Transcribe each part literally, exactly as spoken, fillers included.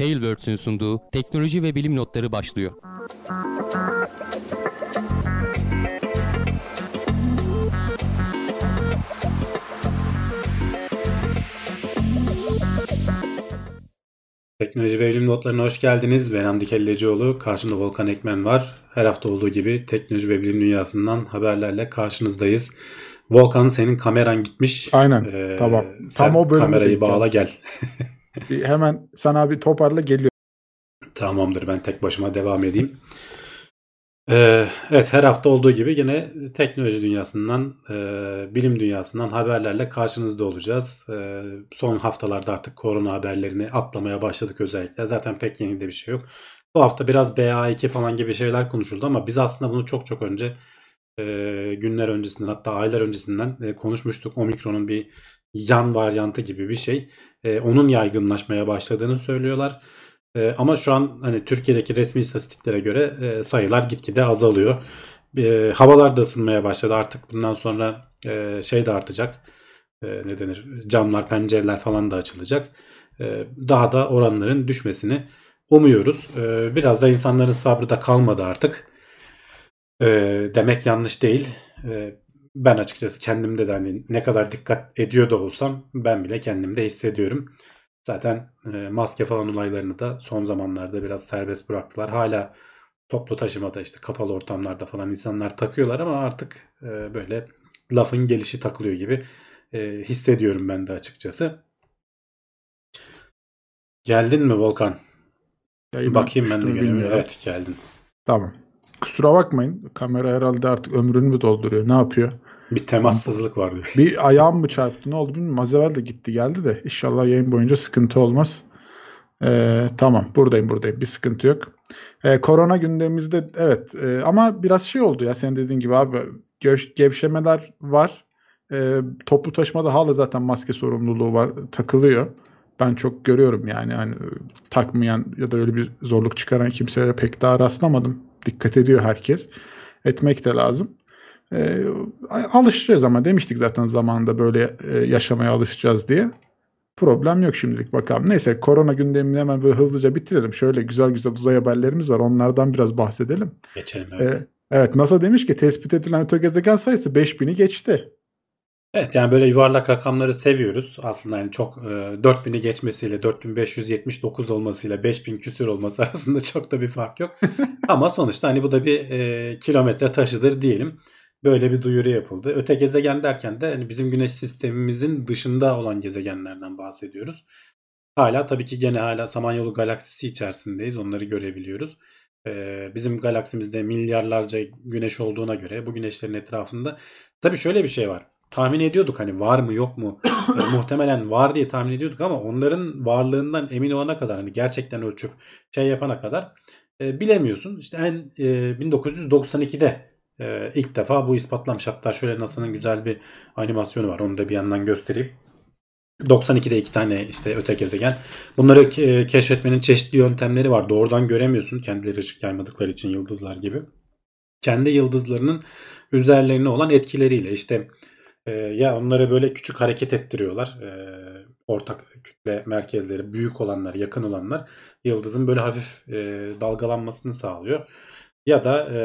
Tailwords'ün sunduğu teknoloji ve bilim notları başlıyor. Teknoloji ve bilim notlarına hoş geldiniz. Ben Hamdi Kellecioğlu. Karşımda Volkan Ekmen var. Her hafta olduğu gibi teknoloji ve bilim dünyasından haberlerle karşınızdayız. Volkan, senin kameran gitmiş. Aynen. Ee, Tamam. sen Tam o bölüme kamerayı denk bağla geldi. gel. Bir hemen sana bir toparla geliyor. Tamamdır, ben tek başıma devam edeyim. Ee, evet, her hafta olduğu gibi yine teknoloji dünyasından, e, bilim dünyasından haberlerle karşınızda olacağız. E, son haftalarda artık korona haberlerini atlamaya başladık özellikle. Zaten pek yeni de bir şey yok. Bu hafta biraz B A iki falan gibi şeyler konuşuldu ama biz aslında bunu çok çok önce, e, günler öncesinden, hatta aylar öncesinden e, konuşmuştuk. Omikron'un bir yan varyantı gibi bir şey. E, onun yaygınlaşmaya başladığını söylüyorlar. E, ama şu an hani Türkiye'deki resmi istatistiklere göre e, sayılar gitgide azalıyor. E, havalar da ısınmaya başladı. Artık bundan sonra e, şey de artacak. E, ne denir? Camlar, pencereler falan da açılacak. E, daha da oranların düşmesini umuyoruz. E, biraz da insanların sabrı da kalmadı artık. E, demek yanlış değil. E, ben açıkçası kendimde de hani ne kadar dikkat ediyor da olsam ben bile kendimde hissediyorum. Zaten e, maske falan olaylarını da son zamanlarda biraz serbest bıraktılar. Hala toplu taşımada, işte kapalı ortamlarda falan insanlar takıyorlar ama artık e, böyle lafın gelişi takılıyor gibi e, hissediyorum ben de açıkçası. Geldin mi Volkan? Yayına Bakayım ben düştü de mü gene. bilmiyorum. Evet, geldim. Tamam. Kusura bakmayın. Kamera herhalde artık ömrünü mü dolduruyor? Ne yapıyor? Bir Ben bu- temassızlık var diyor. bir ayağım mı çarptı? Ne oldu bilmiyorum. Az evvel de gitti geldi de. İnşallah yayın boyunca sıkıntı olmaz. Ee, tamam. Buradayım buradayım. Bir sıkıntı yok. Ee, korona gündemimizde evet. Ee, ama biraz şey oldu ya. Senin dediğin gibi abi. Gev- gevşemeler var. Ee, toplu taşımada hala zaten maske sorumluluğu var. Takılıyor. Ben çok görüyorum yani. Hani takmayan ya da öyle bir zorluk çıkaran kimselere pek daha rastlamadım. Dikkat ediyor herkes. Etmek de lazım. Ee, alışacağız ama demiştik zaten zamanında böyle e, yaşamaya alışacağız diye. Problem yok şimdilik bakalım. Neyse, korona gündemini hemen böyle hızlıca bitirelim. Şöyle güzel güzel uzay haberlerimiz var. Onlardan biraz bahsedelim. Geçelim, Ee, evet. evet, NASA demiş ki tespit edilen ötogezegen sayısı beş bini geçti. Evet, yani böyle yuvarlak rakamları seviyoruz. Aslında yani çok e, dört bini geçmesiyle dört bin beş yüz yetmiş dokuz olmasıyla beş bin küsür olması arasında çok da bir fark yok. Ama sonuçta hani bu da bir e, kilometre taşıdır diyelim. Böyle bir duyuru yapıldı. Öte gezegen derken de hani bizim güneş sistemimizin dışında olan gezegenlerden bahsediyoruz. Hala tabii ki gene hala Samanyolu galaksisi içerisindeyiz. Onları görebiliyoruz. E, bizim galaksimizde milyarlarca güneş olduğuna göre bu güneşlerin etrafında tabii şöyle bir şey var. Tahmin ediyorduk hani var mı yok mu? E, muhtemelen var diye tahmin ediyorduk ama onların varlığından emin olana kadar, hani gerçekten ölçüp şey yapana kadar e, bilemiyorsun. İşte en e, bin dokuz yüz doksan ikide e, ilk defa bu ispatlanmış. Hatta şöyle NASA'nın güzel bir animasyonu var. Onu da bir yandan göstereyim. doksan ikide iki tane işte öte gezegen. Bunları ke- keşfetmenin çeşitli yöntemleri var. Doğrudan göremiyorsun, kendileri ışık yaymadıkları için, yıldızlar gibi. Kendi yıldızlarının üzerlerine olan etkileriyle işte e, ya onları böyle küçük hareket ettiriyorlar. E, ortak kütle merkezleri büyük olanlar, yakın olanlar yıldızın böyle hafif e, dalgalanmasını sağlıyor. Ya da e,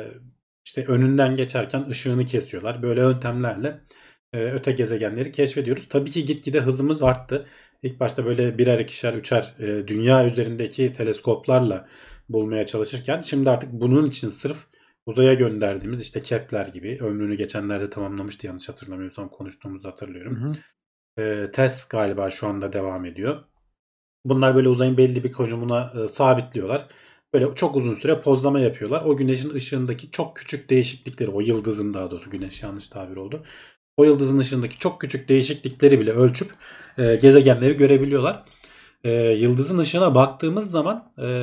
işte önünden geçerken ışığını kesiyorlar. Böyle yöntemlerle e, öte gezegenleri keşfediyoruz. Tabii ki gitgide hızımız arttı. İlk başta böyle birer, ikişer, üçer e, dünya üzerindeki teleskoplarla bulmaya çalışırken şimdi artık bunun için sırf uzaya gönderdiğimiz işte Kepler gibi, ömrünü geçenlerde tamamlamıştı yanlış hatırlamıyorsam, konuştuğumuzu Hı hatırlıyorum. hı. E, TESS galiba şu anda devam ediyor. Bunlar böyle uzayın belli bir konumuna e, sabitliyorlar. Böyle çok uzun süre pozlama yapıyorlar. O güneşin ışığındaki çok küçük değişiklikleri, o yıldızın, daha doğrusu güneş yanlış tabir oldu. O yıldızın ışığındaki çok küçük değişiklikleri bile ölçüp e, gezegenleri görebiliyorlar. E, yıldızın ışığına baktığımız zaman, e,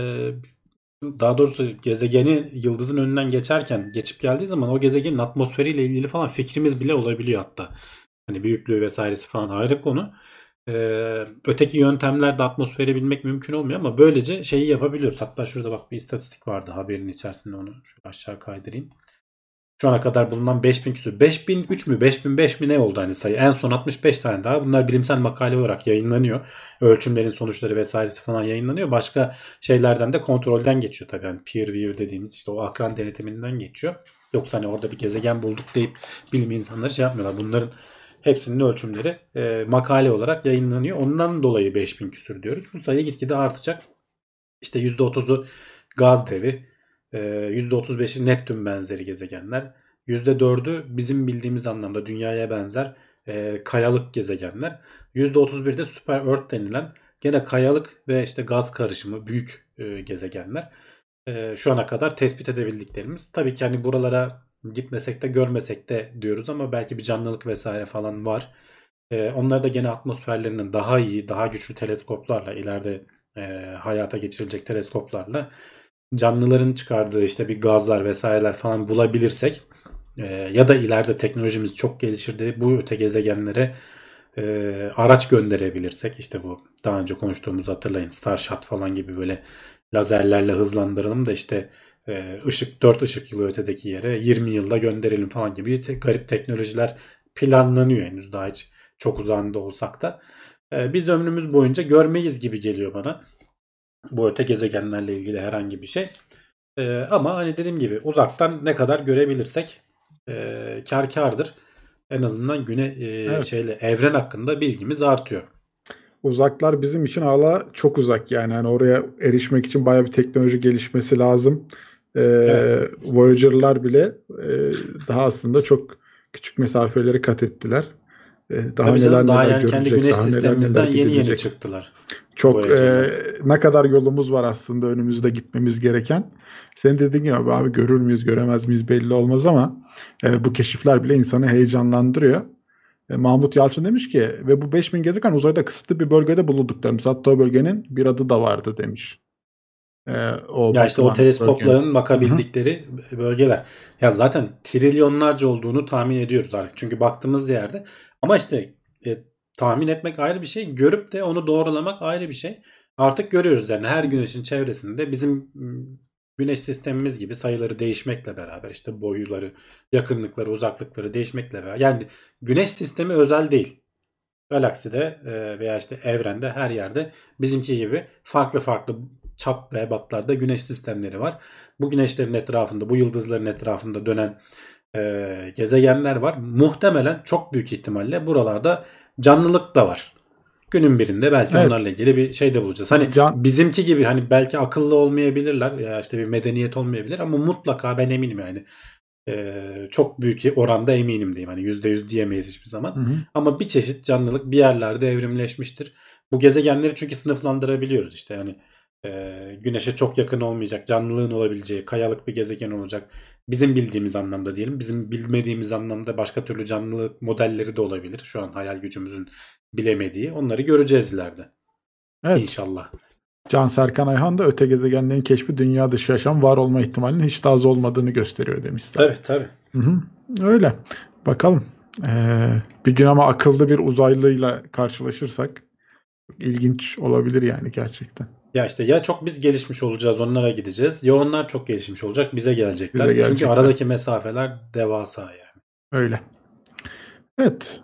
daha doğrusu gezegeni yıldızın önünden geçerken, geçip geldiği zaman o gezegenin atmosferiyle ilgili falan fikrimiz bile olabiliyor hatta. Hani büyüklüğü vesairesi falan ayrı konu. Ee, öteki yöntemlerde atmosferi bilmek mümkün olmuyor ama böylece şeyi yapabiliyoruz. Hatta şurada bak, bir istatistik vardı haberin içerisinde, onu şu aşağı kaydırayım. Şu ana kadar bulunan beş bin küsur. beş bin üç mü beş bin beş mi ne oldu hani sayı. En son altmış beş tane daha. Bunlar bilimsel makale olarak yayınlanıyor. Ölçümlerin sonuçları vesairesi falan yayınlanıyor. Başka şeylerden de kontrolden geçiyor tabii. Yani peer review dediğimiz işte o akran denetiminden geçiyor. Yoksa hani orada bir gezegen bulduk deyip bilim insanları şey yapmıyorlar. Bunların hepsinin ölçümleri e, makale olarak yayınlanıyor. Ondan dolayı beş bin küsur diyoruz. Bu sayı gitgide artacak. İşte yüzde otuzu gaz devi, e, yüzde otuz beşi Neptün benzeri gezegenler, yüzde dördü bizim bildiğimiz anlamda dünyaya benzer e, kayalık gezegenler, yüzde otuz bir de Super Earth denilen gene kayalık ve işte gaz karışımı büyük e, gezegenler. E, şu ana kadar tespit edebildiklerimiz. Tabii ki hani buralara gitmesek de görmesek de diyoruz ama belki bir canlılık vesaire falan var. E, onları da gene atmosferlerinin daha iyi, daha güçlü teleskoplarla ileride e, hayata geçirilecek teleskoplarla canlıların çıkardığı işte bir gazlar vesaireler falan bulabilirsek e, ya da ileride teknolojimiz çok gelişirdi bu öte gezegenlere e, araç gönderebilirsek işte bu daha önce konuştuğumuzu hatırlayın Starshot falan gibi böyle lazerlerle hızlandıralım da işte e, ışık dört ışık yılı ötedeki yere yirmi yılda gönderelim falan gibi te- garip teknolojiler planlanıyor henüz daha hiç çok uzağında olsak da. E, biz ömrümüz boyunca görmeyiz gibi geliyor bana bu öte gezegenlerle ilgili herhangi bir şey. Ee, ama hani dediğim gibi uzaktan ne kadar görebilirsek e, kar kardır. En azından güne e, Evet. şeyle evren hakkında bilgimiz artıyor. Uzaklar bizim için hala çok uzak yani. Hani oraya erişmek için bayağı bir teknoloji gelişmesi lazım. Evet. Ee, Voyager'lar bile e, daha aslında çok küçük mesafeleri kat ettiler. Ee, daha Tabii canım neler daha neler yani kendi görülecek, güneş daha neler neler sistemimizden yeni yeni gidilecek. çıktılar Çok e, Voyager'lar. ne kadar yolumuz var aslında önümüzde gitmemiz gereken. Senin dediğin gibi abi görür müyüz, göremez miyiz belli olmaz ama e, bu keşifler bile insanı heyecanlandırıyor. E, Mahmut Yalçın demiş ki ve bu beş bin gezegen uzayda kısıtlı bir bölgede bulunduklarımız. Hatta o bölgenin bir adı da vardı demiş. E, o Ya işte o bakılan bölgenin. teleskopların Hı hı. bakabildikleri bölgeler. Ya zaten trilyonlarca olduğunu tahmin ediyoruz artık. Çünkü baktığımız yerde. Ama işte e, tahmin etmek ayrı bir şey. Görüp de onu doğrulamak ayrı bir şey. Artık görüyoruz yani her güneşin çevresinde bizim m, güneş sistemimiz gibi sayıları değişmekle beraber işte boyuları, yakınlıkları, uzaklıkları değişmekle beraber. Yani güneş sistemi özel değil. Galakside e, veya işte evrende her yerde bizimki gibi farklı farklı çap ve ebatlarda güneş sistemleri var. Bu güneşlerin etrafında, bu yıldızların etrafında dönen e, gezegenler var. Muhtemelen çok büyük ihtimalle buralarda canlılık da var. Günün birinde belki Evet. onlarla ilgili bir şey de bulacağız. Hani Can, bizimki gibi hani belki akıllı olmayabilirler ya işte bir medeniyet olmayabilir ama mutlaka ben eminim yani ee, çok büyük oranda eminim diyeyim. Hani yüzde yüz diyemeyiz hiçbir zaman. hı hı. Ama bir çeşit canlılık bir yerlerde evrimleşmiştir. Bu gezegenleri çünkü sınıflandırabiliyoruz. İşte yani e, Güneş'e çok yakın olmayacak, canlılığın olabileceği, kayalık bir gezegen olacak. Bizim bildiğimiz anlamda diyelim. Bizim bilmediğimiz anlamda başka türlü canlılık modelleri de olabilir. Şu an hayal gücümüzün bilemediği. Onları göreceğiz ileride. Evet. İnşallah. Can Serkan Ayhan da öte gezegenlerin keşfi dünya dışı yaşam var olma ihtimalinin hiç daha az olmadığını gösteriyor demişler. Tabii tabii. Hı hı. Öyle. Bakalım. Ee, bir gün ama akıllı bir uzaylıyla karşılaşırsak ilginç olabilir yani gerçekten. Ya işte ya çok biz gelişmiş olacağız onlara gideceğiz ya onlar çok gelişmiş olacak bize Bize gelecekler. Çünkü gelecekler. aradaki mesafeler devasa yani. Öyle. Evet.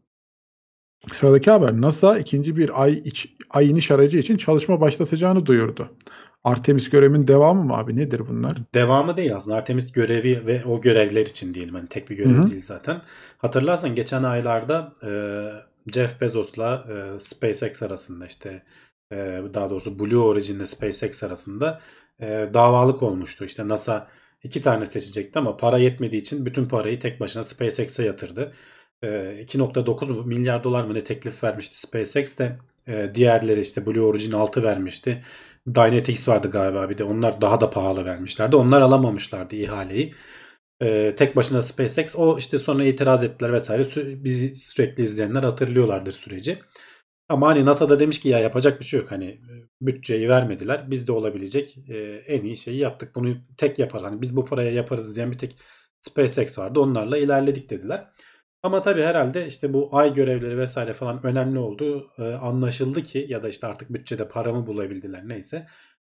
Sıradaki haber. NASA ikinci bir ay, iç, ay iniş aracı için çalışma başlatacağını duyurdu. Artemis görevinin devamı mı abi? Nedir bunlar? Devamı değil aslında Artemis görevi ve o görevler için diyelim hani tek bir Hı görev hı. değil zaten. Hatırlarsan geçen aylarda e, Jeff Bezos'la e, SpaceX arasında işte e, daha doğrusu Blue Origin'le SpaceX arasında e, davalık olmuştu. İşte NASA iki tane seçecekti ama para yetmediği için bütün parayı tek başına SpaceX'e yatırdı. E, iki nokta dokuz milyar dolar mı ne teklif vermişti SpaceX de e, diğerleri işte Blue Origin altı vermişti. Dynetics vardı galiba bir de. Onlar daha da pahalı vermişlerdi. Onlar alamamışlardı ihaleyi. Ee, tek başına SpaceX o işte sonra itiraz ettiler vesaire. Sü- bizi sürekli izleyenler hatırlıyorlardır süreci. Ama hani NASA da demiş ki ya yapacak bir şey yok. Hani e, bütçeyi vermediler. Biz de olabilecek e, en iyi şeyi yaptık. Bunu tek yaparız. Hani biz bu paraya yaparız diyen bir tek SpaceX vardı. Onlarla ilerledik dediler. Ama tabii herhalde işte bu ay görevleri vesaire falan önemli olduğu e, anlaşıldı ki ya da işte artık bütçede paramı bulabildiler neyse.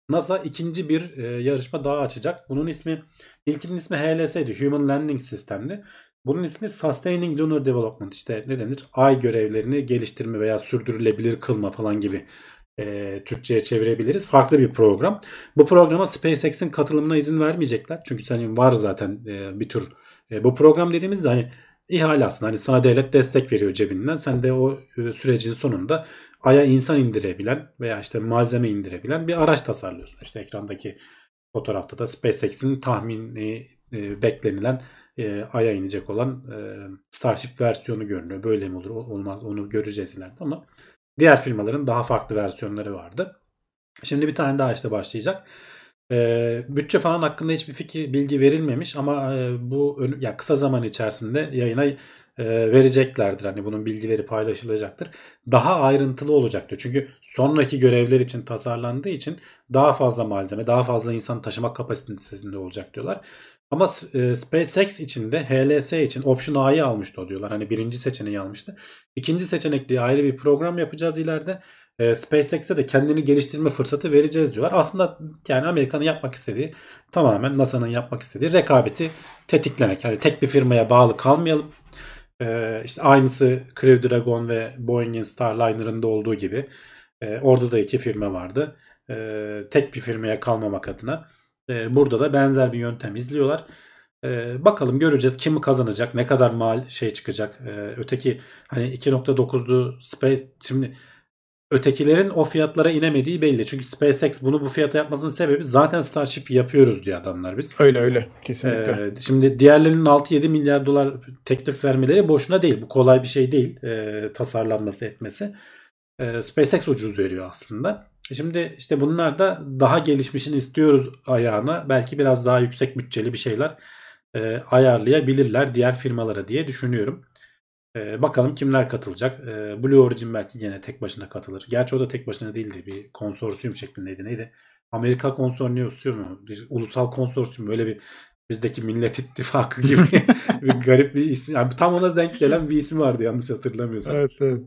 NASA ikinci bir e, yarışma daha açacak. Bunun ismi, ilkinin ismi H L S'ydi. Human Landing System'di. Bunun ismi Sustaining Lunar Development. İşte ne denir? Ay görevlerini geliştirme veya sürdürülebilir kılma falan gibi e, Türkçe'ye çevirebiliriz. Farklı bir program. Bu programa SpaceX'in katılımına izin vermeyecekler. Çünkü senin var zaten e, bir tür. E, bu program dediğimizde hani ihale aslında. Hani sana devlet destek veriyor cebinden. Sen de o e, sürecin sonunda Ay'a insan indirebilen veya işte malzeme indirebilen bir araç tasarlıyorsun. İşte ekrandaki fotoğrafta da SpaceX'in tahmini e, beklenilen e, Ay'a inecek olan e, Starship versiyonu görünüyor. Böyle mi olur olmaz onu göreceğiz ileride ama diğer firmaların daha farklı versiyonları vardı. Şimdi bir tane daha işte başlayacak. E, bütçe falan hakkında hiçbir fikir bilgi verilmemiş ama e, bu ya kısa zaman içerisinde yayına e, vereceklerdir. Hani bunun bilgileri paylaşılacaktır. Daha ayrıntılı olacak diyor. Çünkü sonraki görevler için tasarlandığı için daha fazla malzeme, daha fazla insan taşıma kapasitesinde olacak diyorlar. Ama e, SpaceX için de H L S için Option A'yı almıştı o diyorlar. Hani birinci seçeneği almıştı. İkinci seçenek diye ayrı bir program yapacağız ileride. E, SpaceX'e de kendini geliştirme fırsatı vereceğiz diyorlar. Aslında yani Amerika'nın yapmak istediği tamamen NASA'nın yapmak istediği rekabeti tetiklemek. Yani tek bir firmaya bağlı kalmayalım. E, işte aynısı Crew Dragon ve Boeing'in Starliner'ında olduğu gibi. E, orada da iki firma vardı. E, tek bir firmaya kalmamak adına. E, burada da benzer bir yöntem izliyorlar. E, bakalım göreceğiz kim kazanacak, ne kadar mal şey çıkacak. E, öteki hani iki nokta dokuzlu Space şimdi ötekilerin o fiyatlara inemediği belli. Çünkü SpaceX bunu bu fiyata yapmasının sebebi zaten Starship yapıyoruz diye adamlar biz. Öyle öyle kesinlikle. Ee, şimdi diğerlerinin altı yedi milyar dolar teklif vermeleri boşuna değil. Bu kolay bir şey değil e, tasarlanması etmesi. E, SpaceX ucuz veriyor aslında. Şimdi işte bunlar da daha gelişmişini istiyoruz ayağına. Belki biraz daha yüksek bütçeli bir şeyler e, ayarlayabilirler diğer firmalara diye düşünüyorum. Ee, bakalım kimler katılacak. Ee, Blue Origin belki yine tek başına katılır. Gerçi o da tek başına değildi. Bir konsorsiyum şeklindeydi. Neydi? Amerika konsorsiyumu mu? Bir ulusal konsorsiyum. Böyle bir bizdeki Millet İttifakı gibi bir garip bir ismi. Yani tam ona denk gelen bir ismi vardı yanlış hatırlamıyorsam. Evet, evet.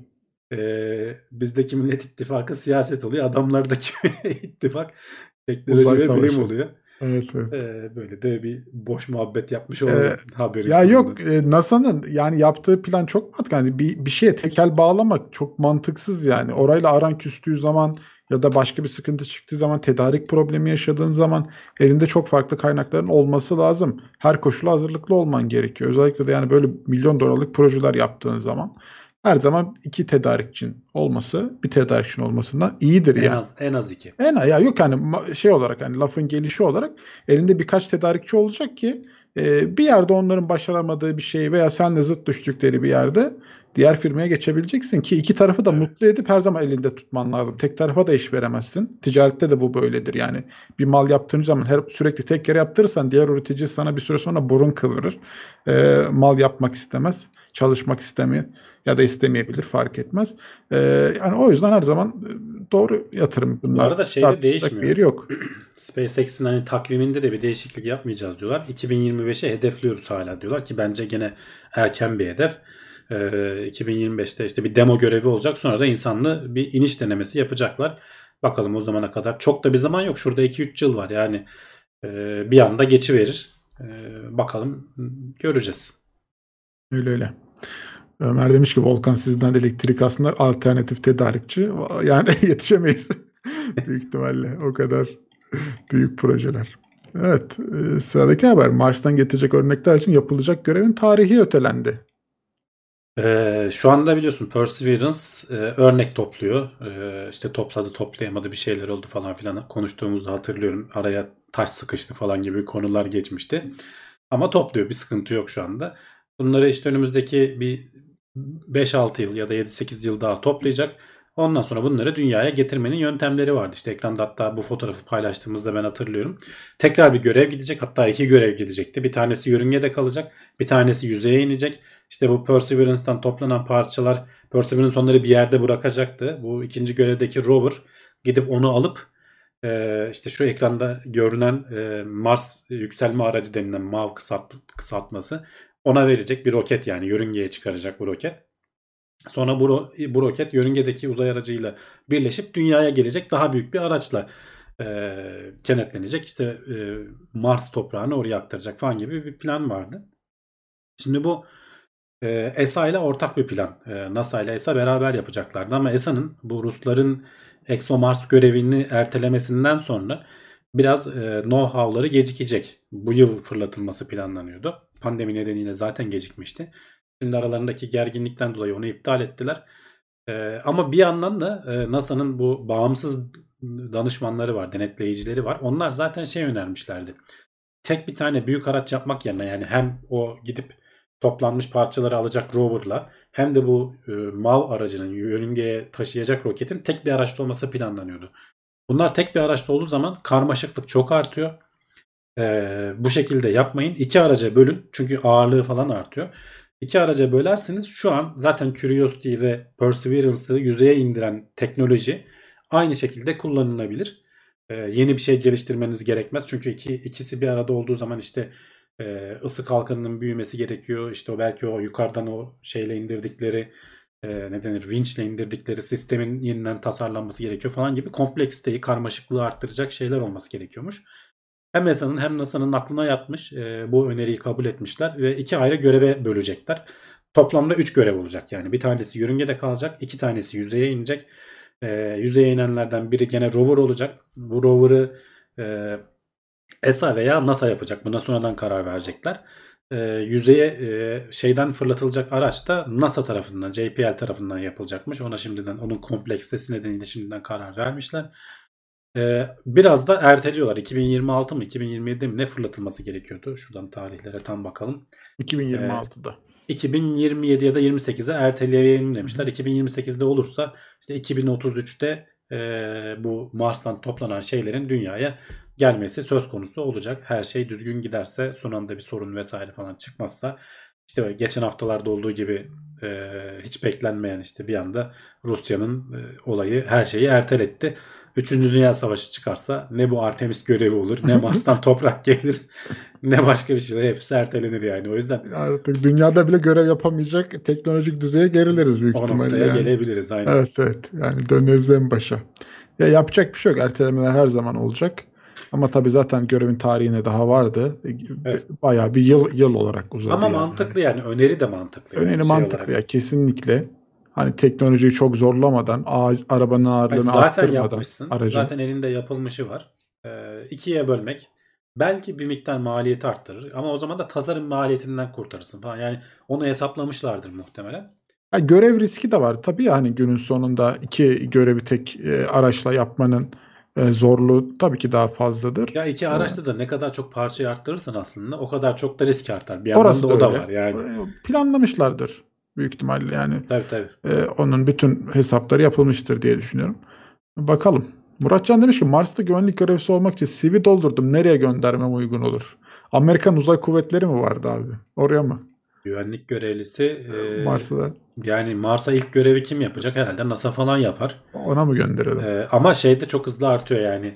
Ee, bizdeki Millet İttifakı siyaset oluyor. Adamlardaki ittifak teknoloji Uzay ve bilim savaşı. oluyor. Evet, evet. Ee, böyle de bir boş muhabbet yapmış olalım Ee, haberi Ya sonunda. yok e, NASA'nın yani yaptığı plan çok mantıklı. Yani bir, bir şeye tekel bağlamak çok mantıksız yani. Orayla aran küstüğü zaman ya da başka bir sıkıntı çıktığı zaman, tedarik problemi yaşadığın zaman elinde çok farklı kaynakların olması lazım. Her koşula hazırlıklı olman gerekiyor. Özellikle de yani böyle milyon dolarlık projeler yaptığın zaman her zaman iki tedarikçin olması, bir tedarikçin olmasından iyidir En yani. az en az iki. En ya yok hani ma- şey olarak hani lafın gelişi olarak elinde birkaç tedarikçi olacak ki e, bir yerde onların başaramadığı bir şey veya seninle zıt düştükleri bir yerde diğer firmaya geçebileceksin ki iki tarafı da Evet. mutlu edip her zaman elinde tutman lazım. Tek tarafa da iş veremezsin. Ticarette de bu böyledir yani. Bir mal yaptığın zaman her sürekli tek kere yaptırırsan diğer üretici sana bir süre sonra burun kıvırır. E, mal yapmak istemez, çalışmak istemiyor ya da istemeyebilir fark etmez. E, yani o yüzden her zaman e, doğru yatırım bunlar. Bu arada şeyde Tartışacak değişmiyor. bir yeri yok. SpaceX'in hani takviminde de bir değişiklik yapmayacağız diyorlar. iki bin yirmi beşe hedefliyoruz hala diyorlar ki bence gene erken bir hedef. Ee, iki bin yirmi beşte işte bir demo görevi olacak. Sonra da insanlı bir iniş denemesi yapacaklar. Bakalım o zamana kadar. Çok da bir zaman yok. Şurada iki üç yıl var. Yani e, bir anda geçiverir. E, bakalım göreceğiz. Öyle öyle. Ömer demiş ki Volkan sizden de elektrik aslında alternatif tedarikçi. Yani yetişemeyiz. Büyük ihtimalle o kadar büyük projeler. Evet. e, Sıradaki haber. Mars'tan getirecek örnekler için yapılacak görevin tarihi ötelendi. Ee, şu anda biliyorsun Perseverance e, örnek topluyor. Ee, işte topladı toplayamadı bir şeyler oldu falan filan konuştuğumuzu hatırlıyorum. Araya taş sıkıştı falan gibi konular geçmişti. Ama topluyor, bir sıkıntı yok şu anda. Bunları işte önümüzdeki bir beş altı yıl ya da yedi sekiz yıl daha toplayacak. Ondan sonra bunları dünyaya getirmenin yöntemleri vardı. İşte ekranda hatta bu fotoğrafı paylaştığımızda ben hatırlıyorum. Tekrar bir görev gidecek, hatta iki görev gidecekti. Bir tanesi yörüngede kalacak, bir tanesi yüzeye inecek. İşte bu Perseverance'dan toplanan parçalar Perseverance onları bir yerde bırakacaktı. Bu ikinci görevdeki rover gidip onu alıp e, işte şu ekranda görünen e, Mars yükselme aracı denilen MAV kısalt, kısaltması ona verecek bir roket, yani yörüngeye çıkaracak bu roket. Sonra bu, ro- bu roket yörüngedeki uzay aracıyla birleşip dünyaya gelecek daha büyük bir araçla e, kenetlenecek. İşte e, Mars toprağını oraya aktaracak falan gibi bir plan vardı. Şimdi bu e, E S A ile ortak bir plan. E, NASA ile E S A beraber yapacaklardı ama E S A'nın bu Rusların ExoMars görevini ertelemesinden sonra biraz e, know-how'ları gecikecek. Bu yıl fırlatılması planlanıyordu. Pandemi nedeniyle zaten gecikmişti. Şimdi aralarındaki gerginlikten dolayı onu iptal ettiler. E, ama bir yandan da e, NASA'nın bu bağımsız danışmanları var, denetleyicileri var. Onlar zaten şey önermişlerdi. Tek bir tane büyük araç yapmak yerine, yani hem o gidip toplanmış parçaları alacak roverla hem de bu e, MAV aracının yörüngeye taşıyacak roketin tek bir araçta olması planlanıyordu. Bunlar tek bir araçta olduğu zaman karmaşıklık çok artıyor. Ee, bu şekilde yapmayın. İki araca bölün. Çünkü ağırlığı falan artıyor. İki araca bölerseniz şu an zaten Curiosity ve Perseverance'ı yüzeye indiren teknoloji aynı şekilde kullanılabilir. Ee, yeni bir şey geliştirmeniz gerekmez. Çünkü iki, ikisi bir arada olduğu zaman işte e, ısı kalkanının büyümesi gerekiyor. İşte o belki o yukarıdan o şeyle indirdikleri e, ne denir, vinçle indirdikleri sistemin yeniden tasarlanması gerekiyor falan gibi kompleksiteyi, karmaşıklığı arttıracak şeyler olması gerekiyormuş. Hem E S A'nın hem NASA'nın aklına yatmış. E, bu öneriyi kabul etmişler ve iki ayrı göreve bölecekler. Toplamda üç görev olacak. Yani bir tanesi yörüngede kalacak, iki tanesi yüzeye inecek. E, yüzeye inenlerden biri gene rover olacak. Bu rover'ı e, E S A veya NASA yapacak. Buna sonradan karar verecekler. E, yüzeye e, şeyden fırlatılacak araç da NASA tarafından, J P L tarafından yapılacakmış. Ona şimdiden, onun kompleksitesi nedeniyle şimdiden karar vermişler. Ee, biraz da erteliyorlar. iki bin yirmi altı mı iki bin yirmi yedi mi ne fırlatılması gerekiyordu? Şuradan tarihlere tam bakalım. iki bin yirmi altıda. Ee, iki bin yirmi yedi ya da yirmi sekize erteleyelim demişler. Hı. iki bin yirmi sekizde olursa işte iki bin otuz üçte e, bu Mars'tan toplanan şeylerin dünyaya gelmesi söz konusu olacak. Her şey düzgün giderse, son anda bir sorun vesaire falan çıkmazsa, işte geçen haftalarda olduğu gibi e, hiç beklenmeyen işte bir anda Rusya'nın e, olayı her şeyi erteletti. Üçüncü Dünya Savaşı çıkarsa ne bu Artemis görevi olur, ne Mars'tan toprak gelir, ne başka bir şey. Hepsi ertelenir yani. O yüzden artık dünyada bile görev yapamayacak teknolojik düzeye gerileriz büyük o ihtimalle. noktaya yani. gelebiliriz aynen. Evet evet. Yani döneriz en başa. Ya yapacak bir şey yok. Ertelemeler her zaman olacak. Ama tabii zaten görevin tarihine daha vardı. Evet. Bayağı bir yıl yıl olarak uzadı. Ama yani. mantıklı yani. Öneri de mantıklı. Öneri yani mantıklı olarak. ya kesinlikle. Hani teknolojiyi çok zorlamadan, ağ, arabanın ağırlığını zaten arttırmadan. Yapmışsın. Aracın. Zaten elinde yapılmışı var. Ee, ikiye bölmek belki bir miktar maliyeti arttırır. Ama o zaman da tasarım maliyetinden kurtarırsın falan. Yani onu hesaplamışlardır muhtemelen. Ya görev riski de var. Tabii yani günün sonunda iki görevi tek e, araçla yapmanın e, zorluğu tabii ki daha fazladır. Ya iki araçta da ne kadar çok parçayı arttırırsan aslında o kadar çok da risk artar. Bir yandan Orası da, da o da var yani. Planlamışlardır büyük ihtimalle yani. Tabii tabii. E, onun bütün hesapları yapılmıştır diye düşünüyorum. Bakalım. Muratcan demiş ki Mars'ta güvenlik görevlisi olmak için C V doldurdum. Nereye göndermem uygun olur? Amerikan Uzay Kuvvetleri mi vardı abi? Oraya mı? Güvenlik görevlisi e, Mars'ta. Yani Mars'a ilk görevi kim yapacak? Herhalde NASA falan yapar. Ona mı gönderelim? E, ama şey de çok hızlı artıyor yani.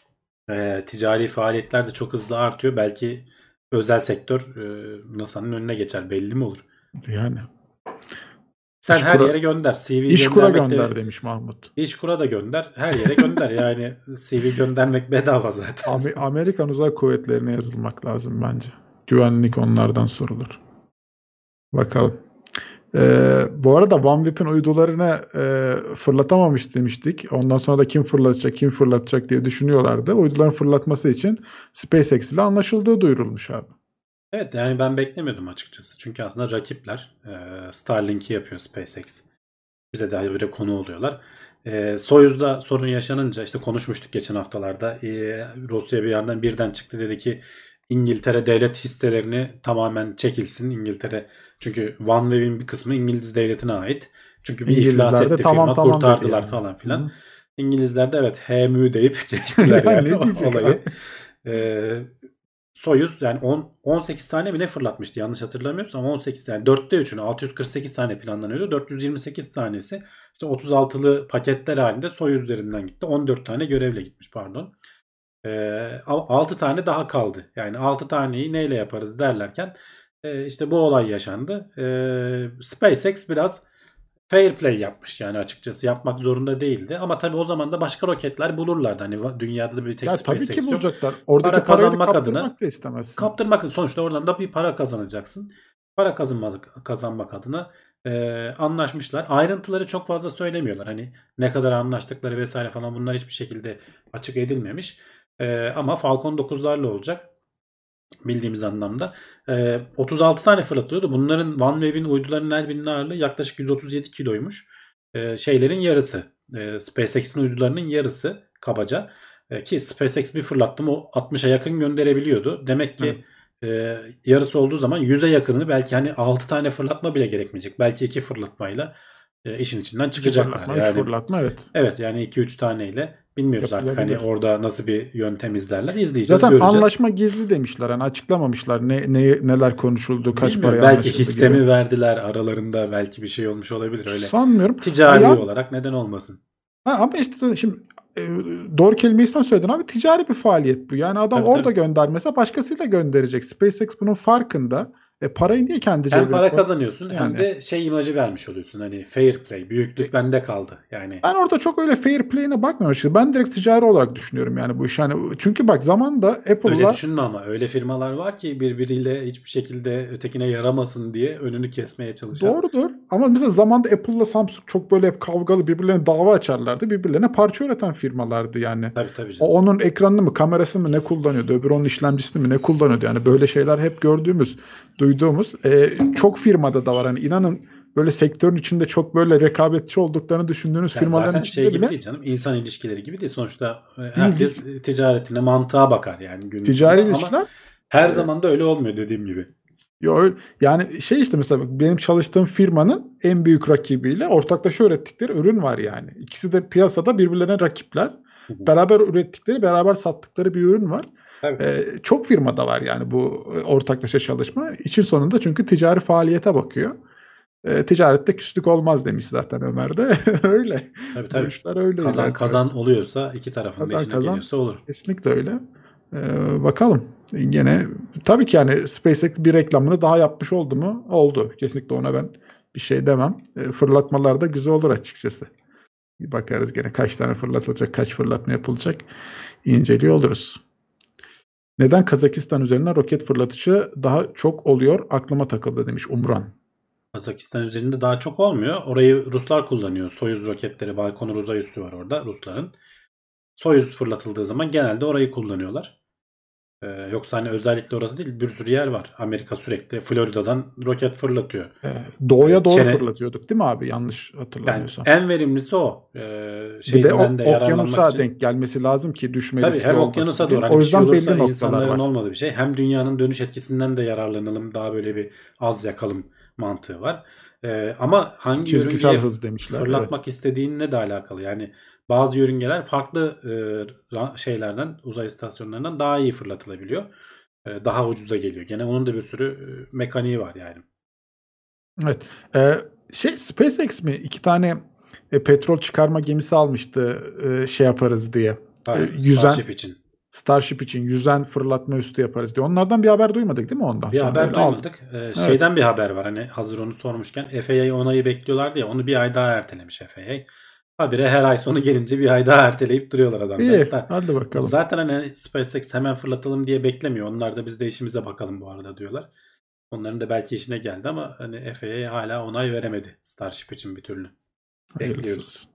E, ticari faaliyetler de çok hızlı artıyor. Belki özel sektör e, NASA'nın önüne geçer. Belli mi olur? Yani. Sen İşkura, her yere gönder. C V İşkura gönder de, demiş Mahmut. İşkura da gönder. Her yere gönder. Yani C V göndermek bedava zaten. Amerikan Uzay Kuvvetleri'ne yazılmak lazım bence. Güvenlik onlardan sorulur. Bakalım. Ee, bu arada OneWeb'in uydularını e, fırlatamamış demiştik. Ondan sonra da kim fırlatacak, kim fırlatacak diye düşünüyorlardı. Uyduların fırlatması için SpaceX ile anlaşıldığı duyurulmuş abi. Evet yani ben beklemiyordum açıkçası. Çünkü aslında rakipler. E, Starlink'i yapıyor SpaceX. Bize de böyle konu oluyorlar. E, Soyuz'da sorun yaşanınca işte konuşmuştuk geçen haftalarda. E, Rusya bir yandan birden çıktı, dedi ki İngiltere devlet hisselerini tamamen çekilsin. İngiltere, çünkü OneWeb'in bir kısmı İngiliz devletine ait. Çünkü bir iflas etti tamam, firma, tamam kurtardılar yani. falan filan. Hı. İngilizler de evet he mü deyip geçtiler yani olayı. Ee, Soyuz yani on, on sekiz tane mi ne fırlatmıştı yanlış hatırlamıyorsam, on sekiz yani dörtte üçünü, altı yüz kırk sekiz tane planlanıyordu. dört yüz yirmi sekiz tanesi işte otuz altılı paketler halinde Soyuz üzerinden gitti. on dört tane görevle gitmiş pardon. altı tane daha kaldı. Yani altı taneyi neyle yaparız derlerken işte bu olay yaşandı. SpaceX biraz fair play yapmış yani, açıkçası yapmak zorunda değildi. Ama tabii o zaman da başka roketler bulurlardı. Hani dünyada da bir tek Ya tabii ki SpaceX yok. bulacaklar. Oradaki Para parayı da kazanmak kaptırmak adına da istemezsin. kaptırmak, sonuçta oradan da bir para kazanacaksın. Para kazanmak, kazanmak adına e, anlaşmışlar. Ayrıntıları çok fazla söylemiyorlar. Hani ne kadar anlaştıkları vesaire falan, bunlar hiçbir şekilde açık edilmemiş. E, ama Falcon dokuzlarla olacak. Bildiğimiz anlamda. E, otuz altı tane fırlatıyordu. Bunların OneWeb'in uydularının her birinin ağırlığı yaklaşık yüz otuz yedi kiloymuş. E, şeylerin yarısı. E, SpaceX'in uydularının yarısı kabaca. E, ki SpaceX bir fırlattı mı o altmışa yakın gönderebiliyordu. Demek ki e, yarısı olduğu zaman yüze yakınını, belki hani altı tane fırlatma bile gerekmeyecek. Belki iki fırlatmayla e, işin içinden çıkacaklar. Fırlatma, üç Yani fırlatma, evet. evet, yani iki üç taneyle bilmiyoruz artık hani Yapılabilir. orada nasıl bir yöntem izlerler. İzleyeceğiz, Zaten göreceğiz. anlaşma gizli demişler. Hani açıklamamışlar ne, ne neler konuşuldu, kaç Bilmiyorum, paraya belki anlaşıldı hisse mi gibi. verdiler aralarında, belki bir şey olmuş olabilir öyle. Sanmıyorum. Ticari Ha, ya- olarak neden olmasın? Ha, ama işte şimdi e, doğru kelimeyi sen söyledin abi, ticari bir faaliyet bu. Yani adam Tabii, orada tabii. göndermese başkasıyla gönderecek. SpaceX bunun farkında. E, parayı niye kendi Hem cebine para koymak kazanıyorsun istiyorsun hem yani? de şey imajı vermiş oluyorsun. Hani fair play, büyüklük bende kaldı. Yani Ben orada çok öyle fair play'ine bakmıyorum açıkçası. Ben direkt ticari olarak düşünüyorum yani bu iş. Yani çünkü bak zamanında öyle Apple'la düşünme, ama öyle firmalar var ki birbiriyle hiçbir şekilde ötekine yaramasın diye önünü kesmeye çalışan. doğrudur. Ama mesela zamanında Apple'la Samsung çok böyle hep kavgalı, birbirlerine dava açarlardı. Birbirlerine parça üreten firmalardı yani. Tabii, tabii O canım. onun ekranını mı, kamerasını mı ne kullanıyordu? Öbürü onun işlemcisini mi ne kullanıyordu? Yani böyle şeyler hep gördüğümüz, duyduğumuz. E, çok firmada da var. Hani inanın böyle sektörün içinde çok böyle rekabetçi olduklarını düşündüğünüz Yani firmaların zaten şey içinde gibi bile değil canım. İnsan ilişkileri gibi değil. Sonuçta e, değil herkes değil. e, ticaretine, mantığa bakar yani günün Ticari sonunda. Ama ilişkiler. her e, zaman da öyle olmuyor, dediğim gibi. Yo, öyle- yani şey işte mesela benim çalıştığım firmanın en büyük rakibiyle ortaklaşa ürettikleri ürün var yani. İkisi de piyasada birbirlerine rakipler. Hı hı. Beraber ürettikleri, beraber sattıkları bir ürün var. Tabii. Ee, çok firmada var yani bu e, ortaklaşa çalışma. İşin sonunda çünkü ticari faaliyete bakıyor. Ee, ticarette küslük olmaz demiş zaten Ömer de. Öyle. Tabii, Bu tabii. işler öyle Kazan ilerliyor kazan açıkçası. oluyorsa, iki tarafın da Kazan işine kazan geliyorsa olur. kesinlikle öyle. Ee, bakalım. Gene tabii ki yani SpaceX bir reklamını daha yapmış oldu mu? Oldu. Kesinlikle ona ben bir şey demem. Ee, fırlatmalar da güzel olur açıkçası. Bir bakarız gene kaç tane fırlatılacak, kaç fırlatma yapılacak. İnceliyor oluruz. Neden Kazakistan üzerinden roket fırlatıcı daha çok oluyor? Aklıma takıldı demiş Umran. Kazakistan üzerinde daha çok olmuyor. Orayı Ruslar kullanıyor. Soyuz roketleri, Baykonur uzay üssü var orada Rusların. Soyuz fırlatıldığı zaman genelde orayı kullanıyorlar. Ee, yoksa hani özellikle orası değil, bir sürü yer var. Amerika sürekli Florida'dan roket fırlatıyor. Ee, doğuya Ee, doğru Kene, fırlatıyorduk değil mi abi? Yanlış yani hatırlamıyorsam. en verimlisi o. Ee, Bir de şeyinden o, de yararlanmak okyanusa için. denk gelmesi lazım ki düşme Tabii, riski hem olmasın okyanusa diye. doğru, hani O bir şey yüzden belli olursa noktalar insanların var. olmadığı bir şey. Hem dünyanın dönüş etkisinden de yararlanalım. Daha böyle bir az yakalım mantığı var. Ee, ama hangi Çizgisel yörüngeye hız demişler. Evet. fırlatmak istediğinle de alakalı. Yani bazı yörüngeler farklı e, şeylerden, uzay istasyonlarından daha iyi fırlatılabiliyor. E, daha ucuza geliyor. Gene onun da bir sürü e, mekaniği var yani. Evet. Ee, şey SpaceX mi? İki tane e, petrol çıkarma gemisi almıştı e, şey yaparız diye. E, Hayır, yüzen Starship için. Starship için yüzen fırlatma üstü yaparız diye. Onlardan bir haber duymadık değil mi ondan Bir sonra? haber Öyle aldı. duymadık. Ee, Evet. şeyden bir haber var. Hani hazır onu sormuşken, F A A onayı bekliyorlardı ya, onu bir ay daha ertelemiş F A A. Habire her ay sonu gelince bir ay daha erteleyip duruyorlar adamlar. İyi. Star. Hadi bakalım. Zaten hani SpaceX hemen fırlatalım diye beklemiyor. Onlar da biz de işimize bakalım bu arada diyorlar. Onların da belki işine geldi ama hani F A A hala onay veremedi Starship için bir türlü. Hayırlısı Bekliyoruz. olsun.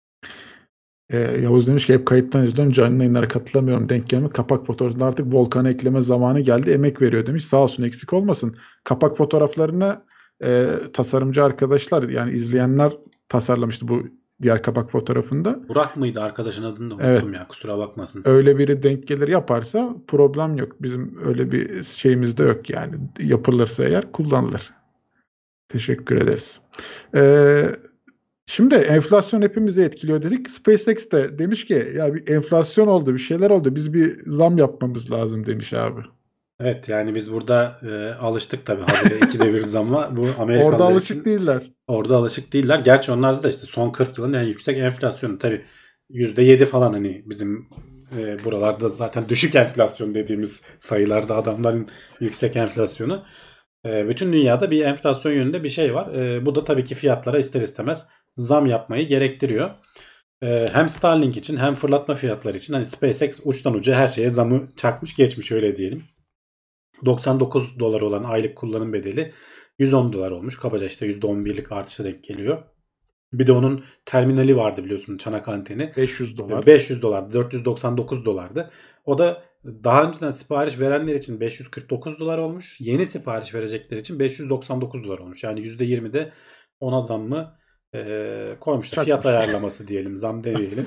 Ee, Yavuz demiş ki hep kayıttan izliyorum. Canlı yayınlara katılamıyorum. Denk gelme. Kapak fotoğrafında artık Volkan'a ekleme zamanı geldi. Emek veriyor demiş. Sağ olsun, eksik olmasın. Kapak fotoğraflarını e, tasarımcı arkadaşlar yani izleyenler tasarlamıştı bu diğer kapak fotoğrafında. Burak mıydı? Arkadaşın adını da Evet. unuttum ya. Kusura bakmasın. Öyle biri denk gelir yaparsa problem yok. Bizim öyle bir şeyimiz de yok yani. Yapılırsa eğer kullanılır. Teşekkür ederiz. Ee, Şimdi enflasyon hepimizi etkiliyor dedik. SpaceX de demiş ki ya bir enflasyon oldu, bir şeyler oldu. Biz bir zam yapmamız lazım demiş abi. Evet, yani biz burada e, alıştık tabii habire ikide bir zamma. Bu Orada Amerikalılar alışık için değiller. orada alışık değiller. Gerçi onlarda da işte son kırk yılın en yüksek enflasyonu tabii yüzde yedi falan, hani bizim e, buralarda zaten düşük enflasyon dediğimiz sayılarda adamların yüksek enflasyonu. E, bütün dünyada bir enflasyon yönünde bir şey var. E, bu da tabii ki fiyatlara ister istemez zam yapmayı gerektiriyor. E, hem Starlink için hem fırlatma fiyatları için hani SpaceX uçtan uca her şeye zamı çakmış geçmiş öyle diyelim. doksan dokuz dolar olan aylık kullanım bedeli yüz on dolar olmuş. Kabaca işte yüzde on birlik artışa denk geliyor. Bir de onun terminali vardı biliyorsun, çanak anteni. beş yüz dolar. beş yüz dolardı. dört yüz doksan dokuz dolardı. O da daha önceden sipariş verenler için beş yüz kırk dokuz dolar olmuş. Yeni sipariş verecekler için beş yüz doksan dokuz dolar olmuş. Yani yüzde yirmi de ona zammı e, koymuşlar. Çakmış. Fiyat ayarlaması diyelim. Zam demeyelim.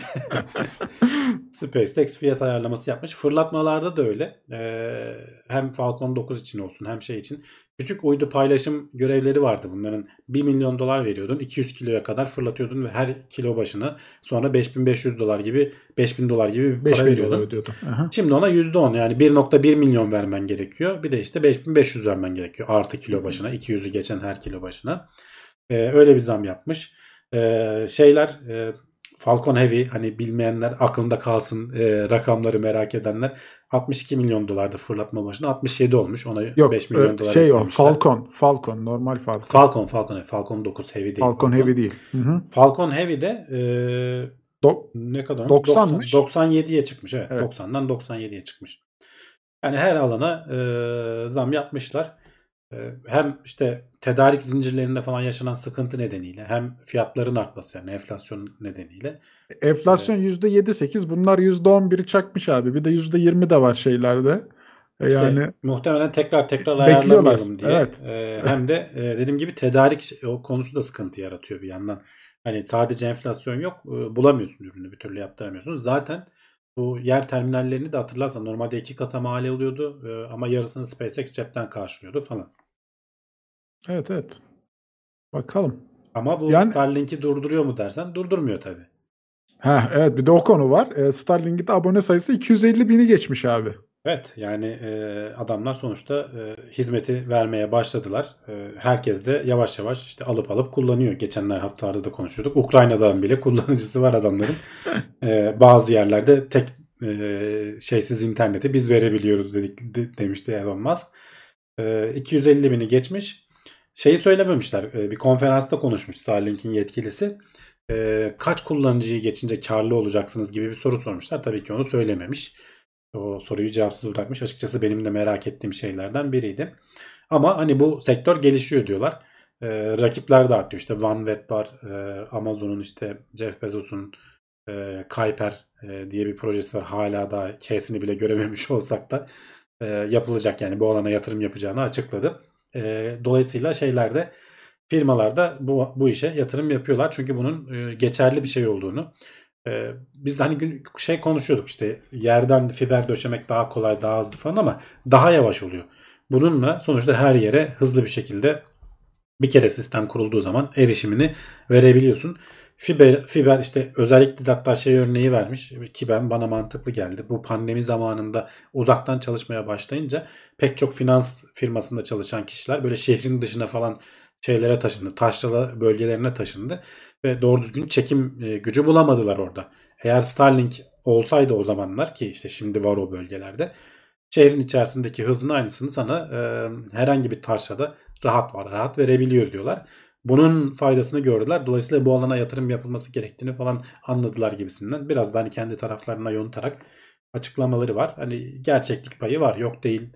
SpaceX fiyat ayarlaması yapmış. Fırlatmalarda da öyle. Ee, hem Falcon dokuz için olsun hem şey için. Küçük uydu paylaşım görevleri vardı bunların. bir milyon dolar veriyordun. iki yüz kiloya kadar fırlatıyordun ve her kilo başına sonra beş bin beş yüz dolar gibi beş bin dolar gibi bir beş para bin veriyordun. dolar ödüyordum. Aha. Şimdi ona yüzde on yani bir nokta bir milyon vermen gerekiyor. Bir de işte beş bin beş yüz vermen gerekiyor. Artı kilo başına. iki yüzü geçen her kilo başına. Ee, öyle bir zam yapmış. Ee, şeyler e, Falcon Heavy, hani bilmeyenler aklında kalsın, e, rakamları merak edenler, altmış iki milyon dolardı fırlatma başına, altmış yedi olmuş. Ona Yok, beş milyon e, dolar şey o eklemişler. Falcon, Falcon normal Falcon. Falcon, Falcon, Falcon dokuz Heavy değil. Falcon Heavy değil. Hı hı. Falcon Heavy'de e, Do- ne kadar olmuş? doksanmış. doksan yediye çıkmış. Evet, Evet. doksandan doksan yediye çıkmış. Yani her alana e, zam yapmışlar. E, hem işte tedarik zincirlerinde falan yaşanan sıkıntı nedeniyle hem fiyatların artması yani enflasyon nedeniyle. Enflasyon yüzde yedi sekiz, bunlar yüzde on biri çakmış abi. Bir de yüzde yirmi de var şeylerde. E İşte yani muhtemelen tekrar tekrar bekliyorlar. ayarlamayalım diye. Evet. E, hem de e, dediğim gibi tedarik o konusu da sıkıntı yaratıyor bir yandan. Hani sadece enflasyon yok, e, bulamıyorsun ürünü, bir türlü yaptıramıyorsun. Zaten bu yer terminallerini de hatırlarsan normalde iki kata mal oluyordu e, ama yarısını SpaceX cepten karşılıyordu falan. Evet evet. Bakalım. Ama bu Yani Starlink'i durduruyor mu dersen durdurmuyor tabii. ha evet, bir de o konu var. E, Starlink'in abone sayısı iki yüz elli bini geçmiş abi. Evet yani e, adamlar sonuçta e, hizmeti vermeye başladılar. E, herkes de yavaş yavaş işte alıp alıp kullanıyor. Geçenler haftalarda da konuşuyorduk. Ukrayna'dan bile kullanıcısı var adamların. E, bazı yerlerde tek e, şeysiz interneti biz verebiliyoruz dedik de, demişti Elon Musk. E, iki yüz elli bini geçmiş. Şeyi söylememişler. E, bir konferansta konuşmuş Starlink'in yetkilisi. E, kaç kullanıcıyı geçince karlı olacaksınız gibi bir soru sormuşlar. Tabii ki onu söylememiş. O soruyu cevapsız bırakmış. Açıkçası benim de merak ettiğim şeylerden biriydi. Ama hani bu sektör gelişiyor diyorlar. Ee, rakipler de artıyor. İşte OneWeb var. E, Amazon'un işte Jeff Bezos'un e, Kuiper e, diye bir projesi var. Hala daha K'sini bile görememiş olsak da e, yapılacak. Yani bu alana yatırım yapacağını açıkladı. E, dolayısıyla şeylerde firmalarda bu, bu işe yatırım yapıyorlar. Çünkü bunun e, geçerli bir şey olduğunu. Ee, biz de hani gün şey konuşuyorduk, işte yerden fiber döşemek daha kolay, daha hızlı falan ama daha yavaş oluyor. Bununla sonuçta her yere hızlı bir şekilde bir kere sistem kurulduğu zaman erişimini verebiliyorsun. Fiber, fiber işte özellikle de hatta şey örneği vermiş ki ben bana mantıklı geldi. Bu pandemi zamanında uzaktan çalışmaya başlayınca pek çok finans firmasında çalışan kişiler böyle şehrin dışına falan şeylere taşındı. Taşralı bölgelerine taşındı ve doğru düzgün çekim e, gücü bulamadılar orada. Eğer Starlink olsaydı o zamanlar, ki işte şimdi var o bölgelerde, şehrin içerisindeki hızın aynısını sana e, herhangi bir taşrada rahat var, rahat verebiliyor diyorlar. Bunun faydasını gördüler. Dolayısıyla bu alana yatırım yapılması gerektiğini falan anladılar gibisinden. Biraz da hani kendi taraflarına yontarak açıklamaları var. Hani gerçeklik payı var. Yok değil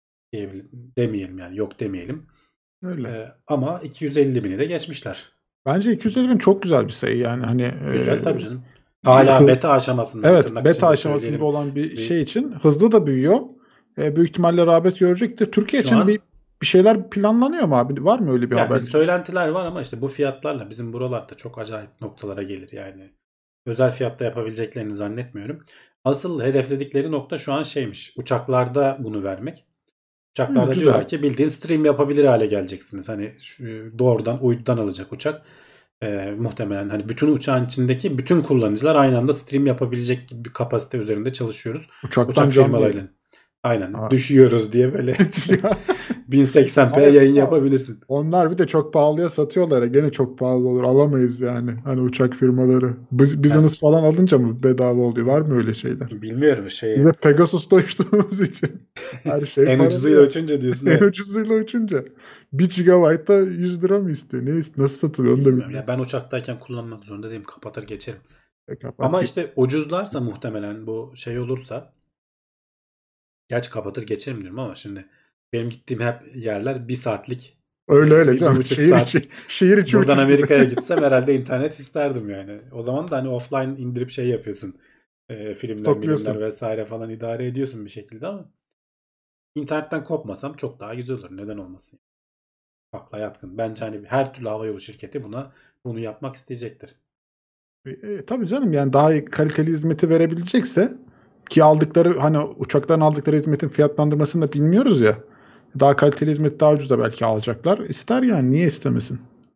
demeyelim yani. Yok demeyelim. Öyle. Ee, ama iki yüz elli bini de geçmişler. Bence iki yüz elli bin çok güzel bir sayı yani hani. Güzel e, tabii canım. Hala hız- beta aşamasında. Evet, tırnak beta içinde aşamasında söyleyelim. olan bir Bir- şey için hızlı da büyüyor. E, büyük ihtimalle rağbet görecektir. Türkiye Şu için an- bir bir şeyler planlanıyor mu abi? Var mı öyle bir Yani haber? bir söylentiler var ama işte bu fiyatlarla bizim buralarda çok acayip noktalara gelir yani. Özel fiyatta yapabileceklerini zannetmiyorum. Asıl hedefledikleri nokta şu an şeymiş. Uçaklarda bunu vermek. Uçaklarda Hı, güzel. diyorlar ki bildiğin stream yapabilir hale geleceksiniz. Hani şu, doğrudan uydudan alacak uçak. Ee, muhtemelen hani bütün uçağın içindeki bütün kullanıcılar aynı anda stream yapabilecek gibi bir kapasite üzerinde çalışıyoruz. Uçaktan Uçak canlı firmalarıyla. Aynen. Ha. Düşüyoruz diye böyle bin seksen p Hayır, yayın ama yapabilirsin. onlar bir de çok pahalıya satıyorlar ya. Gene çok pahalı olur. Alamayız yani. Hani uçak firmaları. Biz, Ha, business falan alınca mı bedava oluyor? Var mı öyle şeyler? bilmiyorum Biz de şeyi. Pegasus'ta uçtuğumuz için her şey En paralı ucuzuyla ya. uçunca diyorsun, En evet. ucuzuyla uçunca. bir gigabayta yüz lira mı istiyor? Ne, ist- nasıl satılıyor onu da Bilmiyorum ya, bilmiyorum. ben uçaktayken kullanmak zorunda değilim. Kapatır geçerim. E, kapat Ama git. işte ucuzlarsa muhtemelen bu şey olursa, gerçi kapatır geçerim diyorum ama şimdi benim gittiğim hep yerler bir saatlik, Öyle e, öyle bir, bir canım. buçuk Şehir içi, saatlik. şehir içi Buradan uçuş gibi. Amerika'ya gitsem herhalde internet isterdim yani. O zaman da hani offline indirip şey yapıyorsun. E, filmler, milimler Stokluyorsun. vesaire falan idare ediyorsun bir şekilde ama internetten kopmasam çok daha güzel olur. Neden olmasın? Akla yatkın. Bence hani her türlü havayolu şirketi buna bunu yapmak isteyecektir. E, e, tabii canım yani daha iyi kaliteli hizmeti verebilecekse ki aldıkları hani uçaktan aldıkları hizmetin fiyatlandırmasını da bilmiyoruz ya. Daha kaliteli hizmet daha ucuza belki alacaklar. İster yani niye istemesin?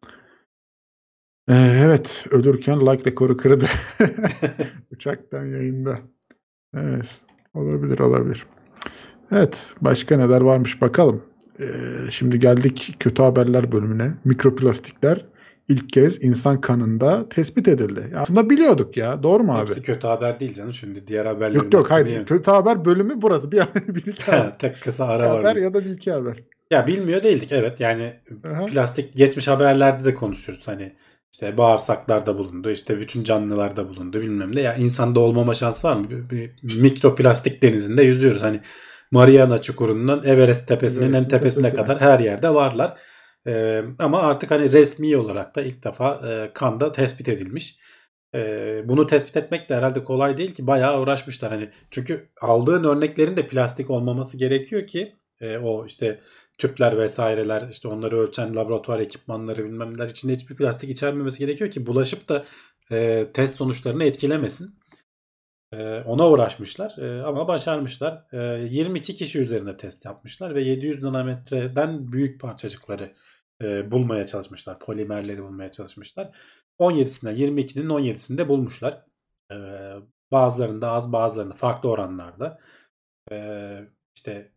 Ee, evet ölürken like rekoru kırdı. Uçaktan yayında. Evet olabilir olabilir. Evet başka neler varmış bakalım. Ee, şimdi geldik kötü haberler bölümüne. Mikroplastikler ilk kez insan kanında tespit edildi. Aslında biliyorduk ya. Doğru mu abi? Hepsi kötü haber değil canım. Şimdi diğer Yok haberlerin yok hakkını hayır. yem. Kötü haber bölümü burası. Bir, bir iki haber. Tek kısa Bir ara var haber diyorsun. ya da bir iki haber. Ya bilmiyor değildik, evet, yani Aha. plastik geçmiş haberlerde de konuşuyoruz, hani işte bağırsaklarda bulundu, işte bütün canlılarda bulundu, bilmem ne, ya insanda olmama şansı var mı? Bir, bir mikroplastik denizinde yüzüyoruz, hani Mariana Çukuru'ndan Everest tepesinin en Everest'in tepesine tepesine. kadar her yerde varlar. Ee, ama artık hani resmi olarak da ilk defa e, kanda tespit edilmiş. Ee, bunu tespit etmek de herhalde kolay değil ki, bayağı uğraşmışlar hani, çünkü aldığın örneklerin de plastik olmaması gerekiyor ki e, o işte tüpler vesaireler, işte onları ölçen laboratuvar ekipmanları bilmem neler içinde hiçbir plastik içermemesi gerekiyor ki bulaşıp da e, test sonuçlarını etkilemesin. E, ona uğraşmışlar e, ama başarmışlar. E, yirmi iki kişi üzerinde test yapmışlar ve yedi yüz nanometreden büyük parçacıkları e, bulmaya çalışmışlar. Polimerleri bulmaya çalışmışlar. on yedisinden yirmi ikinin on yedisinde bulmuşlar. E, bazılarında az, bazılarında farklı oranlarda. E, işte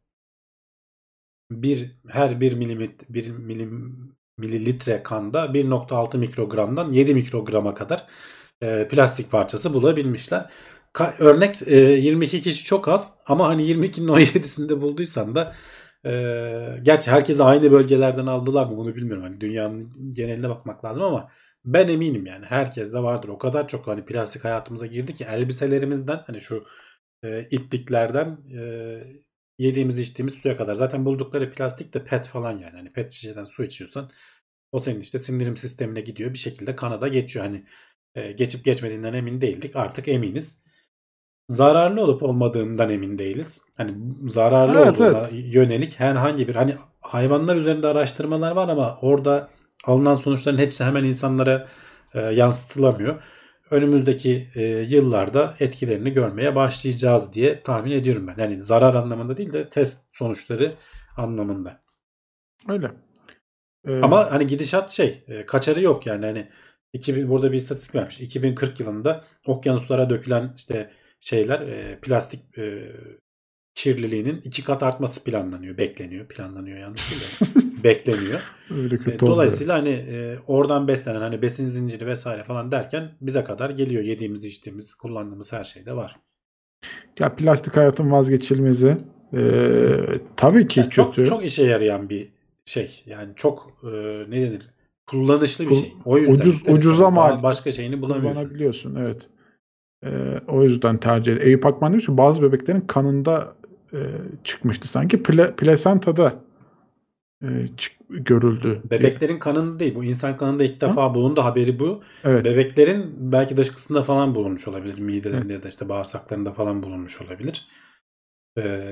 bir her bir milimetre bir milim, mililitre kanda bir nokta altı mikrogramdan yedi mikrograma kadar e, plastik parçası bulabilmişler. Ka- örnek e, yirmi iki kişi çok az ama hani yirmi ikinin on yedisinde bulduysan da e, gerçi herkes aynı bölgelerden aldılar mı onu bilmiyorum. Hani dünyanın geneline bakmak lazım ama ben eminim yani herkes de vardır. O kadar çok hani plastik hayatımıza girdi ki elbiselerimizden hani şu e, ipliklerden e, yediğimiz içtiğimiz suya kadar. Zaten buldukları plastik de pet falan yani. Hani pet şişeden su içiyorsan o senin işte sindirim sistemine gidiyor. Bir şekilde kana da geçiyor. Hani e, geçip geçmediğinden emin değildik. Artık eminiz. Zararlı olup olmadığından emin değiliz. Hani zararlı Evet olduğuna evet. yönelik herhangi bir hani hayvanlar üzerinde araştırmalar var ama orada alınan sonuçların hepsi hemen insanlara e, yansıtılamıyor. Önümüzdeki e, yıllarda etkilerini görmeye başlayacağız diye tahmin ediyorum ben. Yani zarar anlamında değil de test sonuçları anlamında. Öyle. Ee, Ama hani gidişat şey, e, kaçarı yok yani hani iki bin, burada bir istatistik vermiş. iki bin kırk yılında okyanuslara dökülen işte şeyler e, plastik e, kirliliğinin iki kat artması planlanıyor, bekleniyor. Planlanıyor yanlış değil de bekleniyor. öyle E, kötü oldu. dolayısıyla hani e, oradan beslenen hani besin zinciri vesaire falan derken bize kadar geliyor. Yediğimiz, içtiğimiz, kullandığımız her şeyde var. Ya plastik hayatın vazgeçilmezi. Ee, tabii ki Yani çok kötü. çok işe yarayan bir şey. Yani çok e, ne denir? Kullanışlı bir Kul- şey. O yüzden ucuz ister ucuza istemez mal daha başka şeyini bulamıyorsun. kullanabiliyorsun. Evet. Ee, o yüzden tercih ediyorum. Eyüp Akman demiş ki bazı bebeklerin kanında e, çıkmıştı sanki. Pla- plasentada e, çık- görüldü diye. Bebeklerin kanında değil. Bu insan kanında ilk Ha? defa bulundu. Haberi bu. Evet. Bebeklerin belki dışkısında falan bulunmuş olabilir. Midelerinde Evet. ya da işte bağırsaklarında falan bulunmuş olabilir. Ee,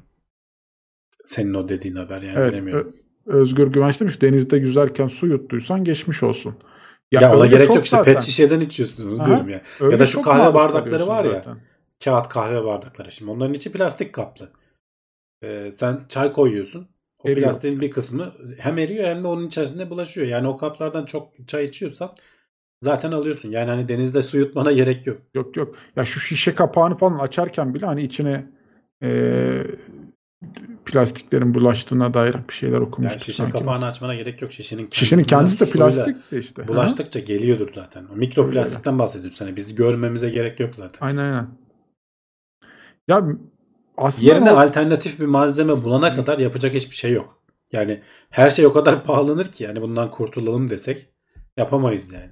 senin o dediğin haber yani Evet. bilemiyorum. Ö- Özgür Güvenç demiş ki denizde yüzerken su yuttuysan geçmiş olsun. Ya Ya ona öyle gerek yok, çok işte pet zaten. şişeden içiyorsun, onu diyorum Aha. ya. Ya da Öyle şu çok kahve maruz bardakları kalıyorsun var ya. zaten. Kağıt kahve bardakları. Şimdi onların içi plastik kaplı. Ee, sen çay koyuyorsun. O Eriyor plastiğin bir plastik. kısmı hem eriyor hem de onun içerisinde bulaşıyor. Yani o kaplardan çok çay içiyorsan zaten alıyorsun. Yani hani denizde su yutmana gerek yok. Yok yok. Ya şu şişe kapağını falan açarken bile hani içine e, plastiklerin bulaştığına dair bir şeyler Yani okumuştuk şişe sanki. kapağını açmana gerek yok. Şişenin Şişenin kendisinden kendisi de suyla plastik de işte. Ha? bulaştıkça geliyordur zaten. O Öyle öyle. mikroplastikten bahsediyoruz. Hani biz görmemize gerek yok zaten. Aynen aynen. Ya aslında Yerine o alternatif bir malzeme bulana Hı. kadar yapacak hiçbir şey yok. Yani her şey o kadar pahalanır ki yani bundan kurtulalım desek yapamayız yani.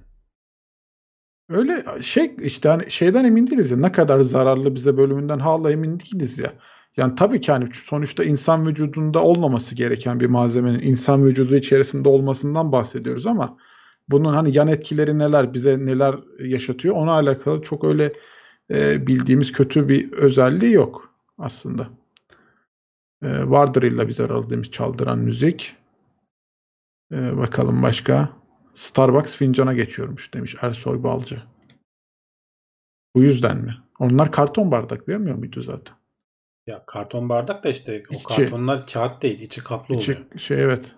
öyle şey işte hani şeyden emin değiliz ya ne kadar zararlı bize bölümünden hala emin değiliz ya. Yani tabii ki hani sonuçta insan vücudunda olmaması gereken bir malzemenin insan vücudu içerisinde olmasından bahsediyoruz ama bunun hani yan etkileri neler, bize neler yaşatıyor ona alakalı çok öyle e, bildiğimiz kötü bir özelliği yok aslında. E, vardır illa bize aradığımız çaldıran müzik. E, bakalım başka. Starbucks fincana geçiyormuş demiş Ersoy Balcı. Bu yüzden mi? Onlar karton bardak vermiyor muydu zaten? Ya karton bardak da işte o İçi, kartonlar kağıt değil, içi kaplı oluyor. içi şey evet.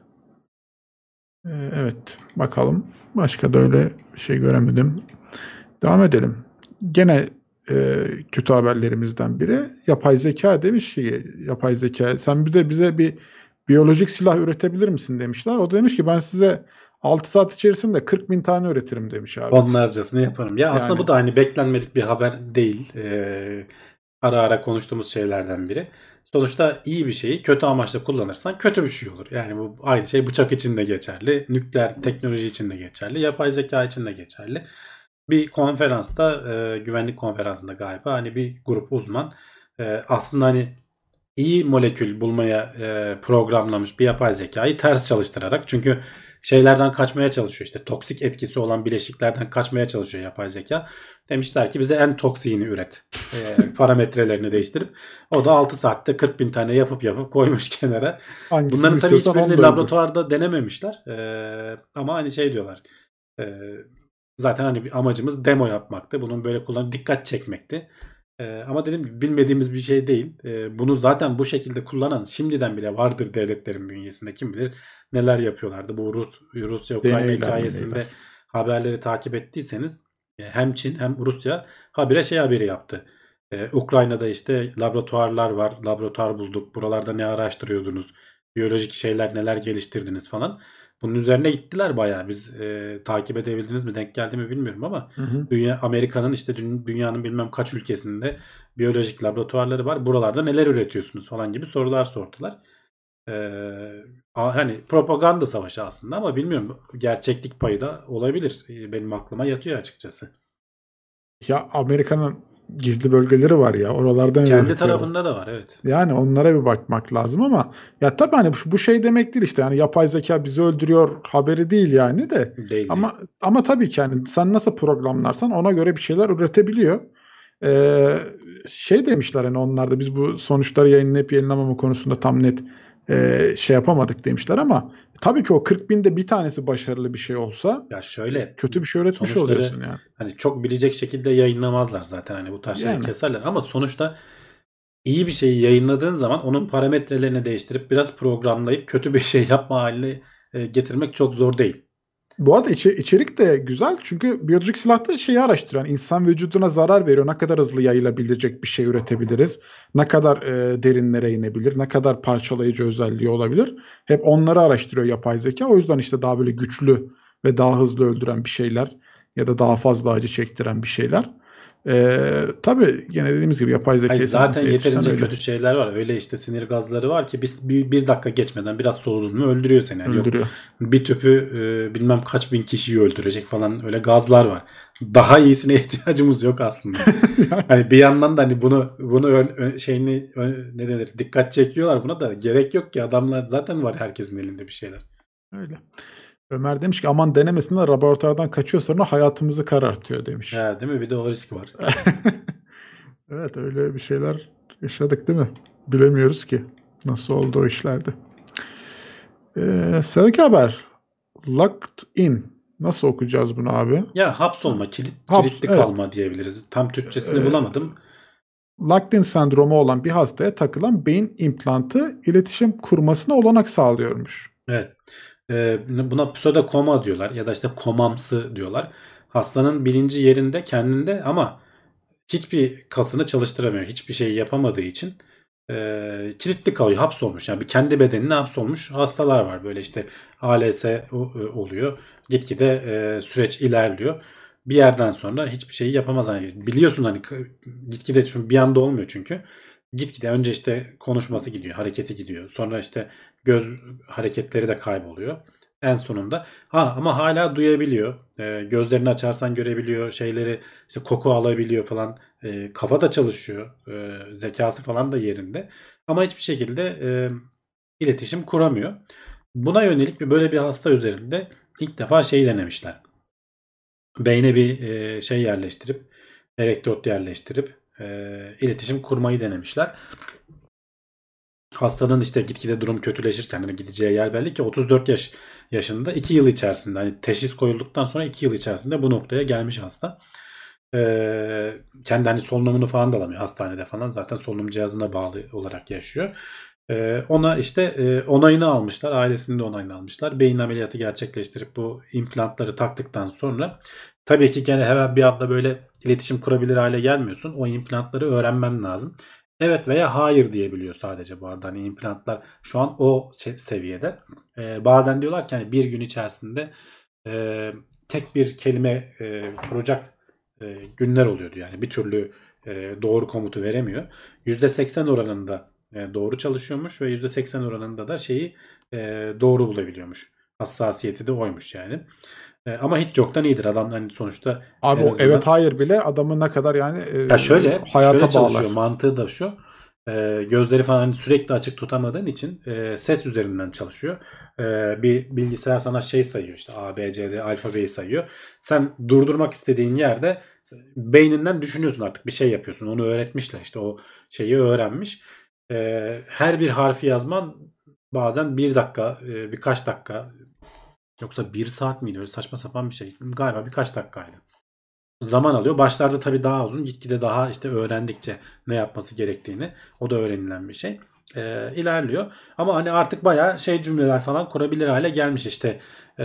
E, evet bakalım. Başka da öyle bir şey göremedim. Devam edelim. Gene e, kötü haberlerimizden biri yapay zeka demiş ki yapay zeka sen bir de bize bir biyolojik silah üretebilir misin demişler. O da demiş ki ben size altı saat içerisinde kırk bin tane üretirim demiş abi. Onlarcasını yaparım. Ya aslında Yani bu da hani beklenmedik bir haber değil. Ee, ara ara konuştuğumuz şeylerden biri. Sonuçta iyi bir şeyi kötü amaçla kullanırsan kötü bir şey olur. Yani bu aynı şey bıçak için de geçerli. Nükleer teknoloji için de geçerli. Yapay zeka için de geçerli. Bir konferansta e, güvenlik konferansında galiba hani bir grup uzman e, aslında hani iyi molekül bulmaya e, programlamış bir yapay zekayı ters çalıştırarak çünkü şeylerden kaçmaya çalışıyor işte toksik etkisi olan bileşiklerden kaçmaya çalışıyor yapay zeka. Demişler ki bize en toksiğini üret. E, parametrelerini değiştirip o da altı saatte kırk bin tane yapıp yapıp koymuş kenara. hangisini Bunların tabii istiyorsan onu hiçbirini da öldür. laboratuvarda denememişler. E, ama hani şey diyorlar. E, zaten hani bir amacımız demo yapmaktı. Bunun böyle kullanıp dikkat çekmekti. Ee, ama dediğim gibi bilmediğimiz bir şey değil. Ee, bunu zaten bu şekilde kullanan şimdiden bile vardır devletlerin bünyesinde. Kim bilir neler yapıyorlardı. Bu Rus Rusya-Ukrayna Deneyler hikayesinde meneyler. haberleri takip ettiyseniz e, hem Çin hem Rusya habire şey haberi yaptı. Ee, Ukrayna'da işte laboratuvarlar var. Laboratuvar bulduk. Buralarda ne araştırıyordunuz? Biyolojik şeyler neler geliştirdiniz falan. Bunun üzerine gittiler bayağı. Biz e, takip edebildiniz mi denk geldi mi bilmiyorum ama Hı hı. Dünya Amerika'nın işte dün- dünyanın bilmem kaç ülkesinde biyolojik laboratuvarları var. Buralarda neler üretiyorsunuz falan gibi sorular sordular. Ee, a- hani propaganda savaşı aslında ama bilmiyorum gerçeklik payı da olabilir. Ee, Benim aklıma yatıyor açıkçası. Ya Amerika'nın gizli bölgeleri var ya oralardan Kendi üretiyorlar. tarafında da var evet. Yani onlara bir bakmak lazım ama ya tabii hani bu, bu şey demek değil işte yani yapay zeka bizi öldürüyor haberi değil yani de Değil değil. ama ama tabii ki yani sen nasıl programlarsan ona göre bir şeyler üretebiliyor. Ee, şey demişler hani onlar da biz bu sonuçları yayınlayıp yayınlamama konusunda tam net e, şey yapamadık demişler ama tabii ki o kırk binde bir tanesi başarılı bir şey olsa Ya e, şöyle kötü bir şey üretmiş sonuçları oluyorsun yani. hani çok bilecek şekilde yayınlamazlar zaten hani bu tarz şeyleri Yani keserler ama sonuçta iyi bir şeyi yayınladığın zaman onun parametrelerini değiştirip biraz programlayıp kötü bir şey yapma haline e, getirmek çok zor değil. bu arada içe- içerik de güzel çünkü biyolojik silahta şeyi araştıran insan vücuduna zarar veriyor. Ne kadar hızlı yayılabilecek bir şey üretebiliriz. Ne kadar e, derinlere inebilir. Ne kadar parçalayıcı özelliği olabilir. Hep onları araştırıyor yapay zeka. O yüzden işte daha böyle güçlü ve daha hızlı öldüren bir şeyler ya da daha fazla acı çektiren bir şeyler. E, tabii gene dediğimiz gibi yapay Hayır, zekayı sen zaten nasıl eğitirsen yeterince öyle. kötü şeyler var. Öyle işte sinir gazları var ki bir, bir, bir dakika geçmeden biraz soludun mu öldürüyor seni. Yani yok Öldürüyor. bir tüpü e, bilmem kaç bin kişiyi öldürecek falan öyle gazlar var. Daha iyisine ihtiyacımız yok aslında. Hani bir yandan da hani bunu bunu ön, ön- şeyini ön- ne denir dikkat çekiyorlar buna da gerek yok ki adamlar zaten var herkesin elinde bir şeyler. Öyle. Ömer demiş ki aman denemesinler laboratuvardan kaçıyor sonra hayatımızı karartıyor demiş. Ya değil mi? Bir de o risk var. Evet öyle bir şeyler yaşadık değil mi? Bilemiyoruz ki nasıl oldu o işlerde. Ee, sıradaki haber. Locked in. Nasıl okuyacağız bunu abi? Ya hapsolma, kilit, Haps, kilitli evet. kalma diyebiliriz. Tam Türkçesini Ee, bulamadım. Locked in sendromu olan bir hastaya takılan beyin implantı iletişim kurmasına olanak sağlıyormuş. Evet. Ee, buna pseudokoma diyorlar ya da işte komamsı diyorlar. Hastanın bilinci yerinde kendinde ama hiçbir kasını çalıştıramıyor. Hiçbir şey yapamadığı için e, kilitli kalıyor, hapsolmuş. Yani bir kendi bedenine hapsolmuş hastalar var. Böyle işte A L S o- e, oluyor. Gitgide e, süreç ilerliyor. Bir yerden sonra hiçbir şeyi yapamaz. Hani biliyorsun hani k- gitgide çünkü bir anda olmuyor çünkü. Gitgide önce işte konuşması gidiyor, hareketi gidiyor. Sonra işte göz hareketleri de kayboluyor. En sonunda ha ama hala duyabiliyor. E, gözlerini açarsan görebiliyor. Şeyleri işte koku alabiliyor falan. E, kafa da çalışıyor. E, zekası falan da yerinde. Ama hiçbir şekilde e, iletişim kuramıyor. Buna yönelik bir böyle bir hasta üzerinde ilk defa şey denemişler. Beyne bir e, şey yerleştirip elektrot yerleştirip e, iletişim kurmayı denemişler. Hastanın işte gitgide durum kötüleşirken hani gideceği yer belli ki otuz dört yaş yaşında iki yıl içerisinde hani teşhis koyulduktan sonra iki yıl içerisinde bu noktaya gelmiş hasta. Ee, kendi hani solunumunu falan da alamıyor hastanede falan zaten solunum cihazına bağlı olarak yaşıyor. Ee, ona işte e, onayını almışlar, ailesinin de onayını almışlar. Beyin ameliyatı gerçekleştirip bu implantları taktıktan sonra tabii ki gene hemen bir anda böyle iletişim kurabilir hale gelmiyorsun. O implantları öğrenmen lazım. Evet veya hayır diyebiliyor sadece bu arada. Hani implantlar şu an o se- seviyede. Ee, bazen diyorlar ki hani bir gün içerisinde e, tek bir kelime e, kuracak e, günler oluyordu. Yani bir türlü e, doğru komutu veremiyor. yüzde seksen oranında e, doğru çalışıyormuş ve yüzde seksen oranında da şeyi e, doğru bulabiliyormuş. Hassasiyeti de oymuş yani. E, ama hiç yoktan iyidir. Adam hani sonuçta Abi en o evet azından hayır bile adamı ne kadar yani ya e, şöyle şöyle hayata çalışıyor. bağlar. Mantığı da şu. E, gözleri falan hani sürekli açık tutamadığın için e, ses üzerinden çalışıyor. E, bir bilgisayar sana şey sayıyor işte A, B, C, D alfabeyi sayıyor. Sen durdurmak istediğin yerde e, beyninden düşünüyorsun artık bir şey yapıyorsun. Onu öğretmişler işte o şeyi öğrenmiş. E, her bir harfi yazman bazen bir dakika, e, birkaç dakika yoksa bir saat miydi? Öyle saçma sapan bir şey. Galiba birkaç dakikaydı zaman alıyor. Başlarda tabii daha uzun. Gitgide daha işte öğrendikçe ne yapması gerektiğini o da öğrenilen bir şey. Ee, ilerliyor. Ama hani artık bayağı şey cümleler falan kurabilir hale gelmiş. İşte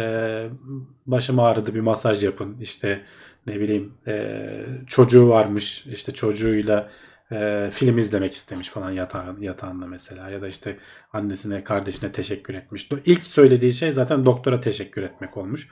e, başım ağrıdı bir masaj yapın. İşte ne bileyim e, çocuğu varmış. İşte çocuğuyla e, film izlemek istemiş falan yatağın, yatağında mesela. Ya da işte annesine kardeşine teşekkür etmiş. İlk söylediği şey zaten doktora teşekkür etmek olmuş.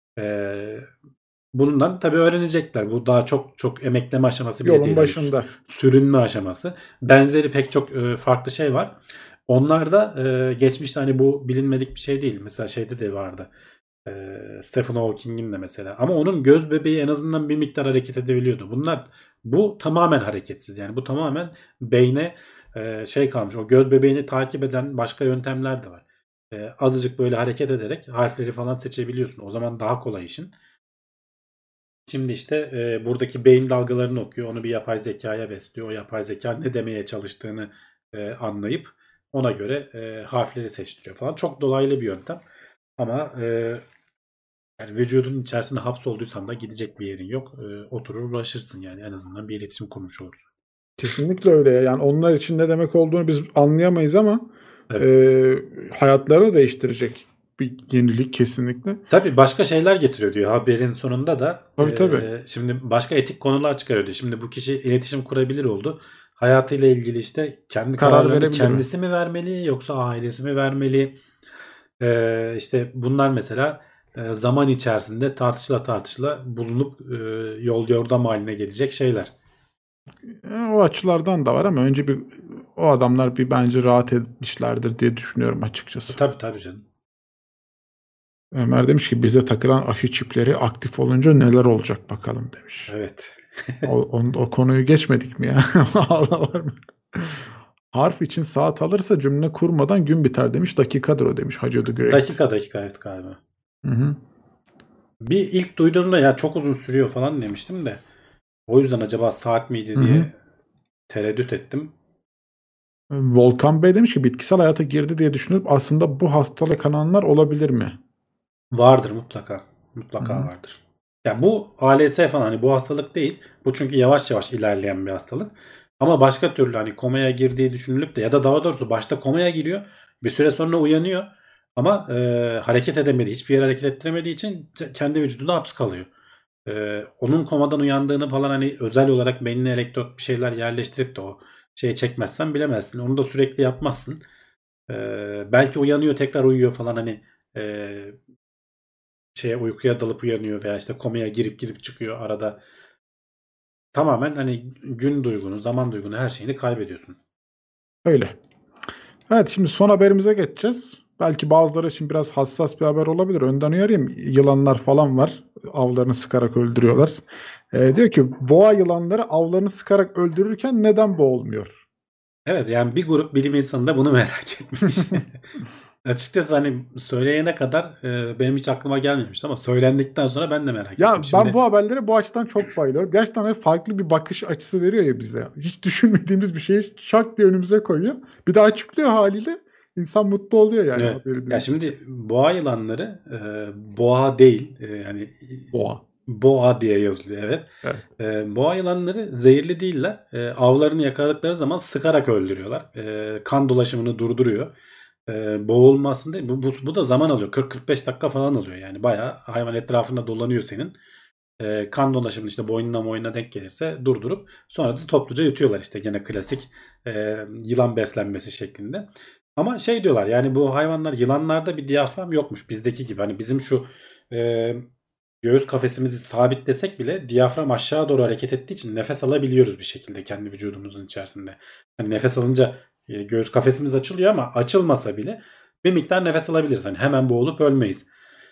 Ee, Bundan tabii öğrenecekler. Bu daha çok çok emekleme aşaması bile Yolun değil. Hani sü- başında. sürünme aşaması. Benzeri pek çok e, farklı şey var. Onlarda e, geçmişte hani bu bilinmedik bir şey değil. Mesela şeyde de vardı. E, Stephen Hawking'in de mesela. Ama onun göz bebeği en azından bir miktar hareket edebiliyordu. Bunlar bu tamamen hareketsiz. Yani bu tamamen beyne e, şey kalmış. O göz bebeğini takip eden başka yöntemler de var. E, azıcık böyle hareket ederek harfleri falan seçebiliyorsun. O zaman daha kolay işin. Şimdi işte e, buradaki beyin dalgalarını okuyor. Onu bir yapay zekaya besliyor. O yapay zeka ne demeye çalıştığını e, anlayıp ona göre e, harfleri seçtiriyor falan. Çok dolaylı bir yöntem. Ama e, yani vücudun içerisinde hapsolduysan da gidecek bir yerin yok. E, oturur uğraşırsın yani. En azından bir iletişim kurmuş olursun. Kesinlikle öyle ya. Yani onlar için ne demek olduğunu biz anlayamayız ama e, Evet. hayatlarını değiştirecek bir yenilik kesinlikle. Tabii başka şeyler getiriyor diyor haberin sonunda da. Tabii tabii. E, şimdi başka etik konular çıkarıyor diyor. Şimdi bu kişi iletişim kurabilir oldu. Hayatıyla ilgili işte kendi Karar kararlarını verebilir mi? kendisi mi vermeli yoksa ailesi mi vermeli? Ee, işte bunlar mesela e, zaman içerisinde tartışıla tartışıla bulunup e, yol yordam haline gelecek şeyler. E, o açılardan da var ama önce bir o adamlar bir bence rahat etmişlerdir diye düşünüyorum E, açıkçası. tabii tabii canım. Ömer demiş ki bize takılan aşı çipleri aktif olunca neler olacak bakalım demiş. Evet. O, on- o konuyu geçmedik mi ya? Allah var mı? Harf için saat alırsa cümle kurmadan gün biter demiş. Dakikadır o demiş Hacı the Great. Dakika dakika evet galiba. Hı hı. Bir ilk duyduğumda ya çok uzun sürüyor falan demiştim de. O yüzden acaba saat miydi Hı hı. diye tereddüt ettim. Volkan Bey demiş ki bitkisel hayata girdi diye düşünüp aslında bu hastalık kananlar olabilir mi? Vardır mutlaka. Hı Mutlaka hı. vardır. Ya bu A L S falan hani bu hastalık değil. Bu çünkü yavaş yavaş ilerleyen bir hastalık. Ama başka türlü hani komaya girdiği düşünülüp de ya da daha doğrusu başta komaya giriyor. Bir süre sonra uyanıyor. Ama e, hareket edemediği, hiçbir yere hareket ettiremediği için kendi vücudunda hapis kalıyor. e, onun komadan uyandığını falan hani özel olarak beynine elektrot bir şeyler yerleştirip de o şeye çekmezsen bilemezsin. Onu da sürekli yapmazsın. E, belki uyanıyor tekrar uyuyor falan hani e, şeye uykuya dalıp uyanıyor veya işte komaya girip girip çıkıyor arada. Tamamen hani gün duygunu, zaman duygunu her şeyini kaybediyorsun. Öyle. Evet, şimdi son haberimize geçeceğiz. Belki bazıları için biraz hassas bir haber olabilir. Önden uyarayım. Yılanlar falan var. Avlarını sıkarak öldürüyorlar. Ee, diyor ki boğa yılanları avlarını sıkarak öldürürken neden boğulmuyor? Evet yani bir grup bilim insanı da bunu merak etmiş. Açıkçası hani söyleyene kadar e, benim hiç aklıma gelmemişti ama söylendikten sonra ben de merak Ya ettim. ben Şimdi bu haberlere bu açıdan çok bayılıyorum. Gerçekten böyle farklı bir bakış açısı veriyor ya bize. Hiç düşünmediğimiz bir şeyi şak diye önümüze koyuyor. Bir de açıklıyor haliyle. İnsan mutlu oluyor yani evet. haberi Ya duyunca. şimdi boğa yılanları e, boğa değil e, yani Boğa. boğa diye yazılıyor evet. Evet. E, boğa yılanları zehirli değiller. E, avlarını yakaladıkları zaman sıkarak öldürüyorlar. E, kan dolaşımını durduruyor. E, boğulmasın değil. Bu, bu, bu da zaman alıyor. kırk kırk beş dakika falan alıyor yani. Bayağı hayvan etrafında dolanıyor senin. E, kan dolaşımını işte boynuna boynuna denk gelirse durdurup sonra da topluca yutuyorlar işte gene klasik e, yılan beslenmesi şeklinde. Ama şey diyorlar yani bu hayvanlar yılanlarda bir diyafram yokmuş bizdeki gibi. Hani bizim şu e, göğüs kafesimizi sabitlesek bile diyafram aşağı doğru hareket ettiği için nefes alabiliyoruz bir şekilde kendi vücudumuzun içerisinde. Hani nefes alınca e, göğüs kafesimiz açılıyor ama açılmasa bile bir miktar nefes alabiliriz. Hani hemen boğulup ölmeyiz.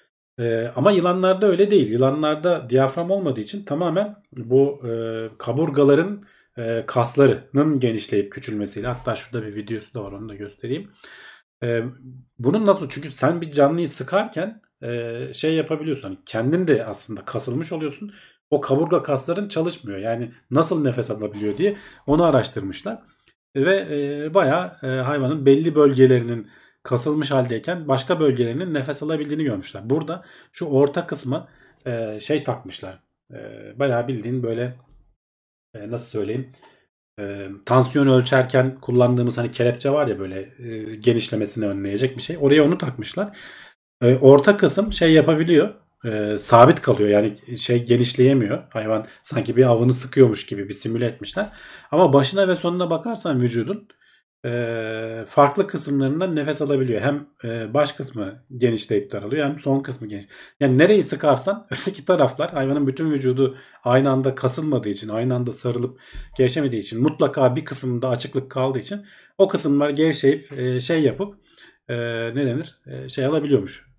Ee, ama yılanlarda öyle değil. Yılanlarda diyafram olmadığı için tamamen bu e, kaburgaların e, kaslarının genişleyip küçülmesiyle hatta şurada bir videosu da var onu da göstereyim. E, bunun nasıl? Çünkü sen bir canlıyı sıkarken e, şey yapabiliyorsun. Hani kendin de aslında kasılmış oluyorsun. O kaburga kasların çalışmıyor. Yani nasıl nefes alabiliyor diye onu araştırmışlar. Ve e, bayağı e, hayvanın belli bölgelerinin kasılmış haldeyken başka bölgelerinin nefes alabildiğini görmüşler. Burada şu orta kısmı e, şey takmışlar. E, bayağı bildiğin böyle e, nasıl söyleyeyim e, tansiyon ölçerken kullandığımız hani kelepçe var ya böyle e, genişlemesini önleyecek bir şey. Oraya onu takmışlar. E, orta kısım şey yapabiliyor. E, sabit kalıyor yani şey genişleyemiyor. Hayvan sanki bir avını sıkıyormuş gibi bir simüle etmişler. Ama başına ve sonuna bakarsan vücudun e, farklı kısımlarından nefes alabiliyor. Hem e, baş kısmı genişleyip daralıyor hem son kısmı geniş. Yani nereyi sıkarsan öteki taraflar hayvanın bütün vücudu aynı anda kasılmadığı için, aynı anda sarılıp gevşemediği için mutlaka bir kısmında açıklık kaldığı için o kısımlar gevşeyip e, şey yapıp e, ne denir? E, şey alabiliyormuş.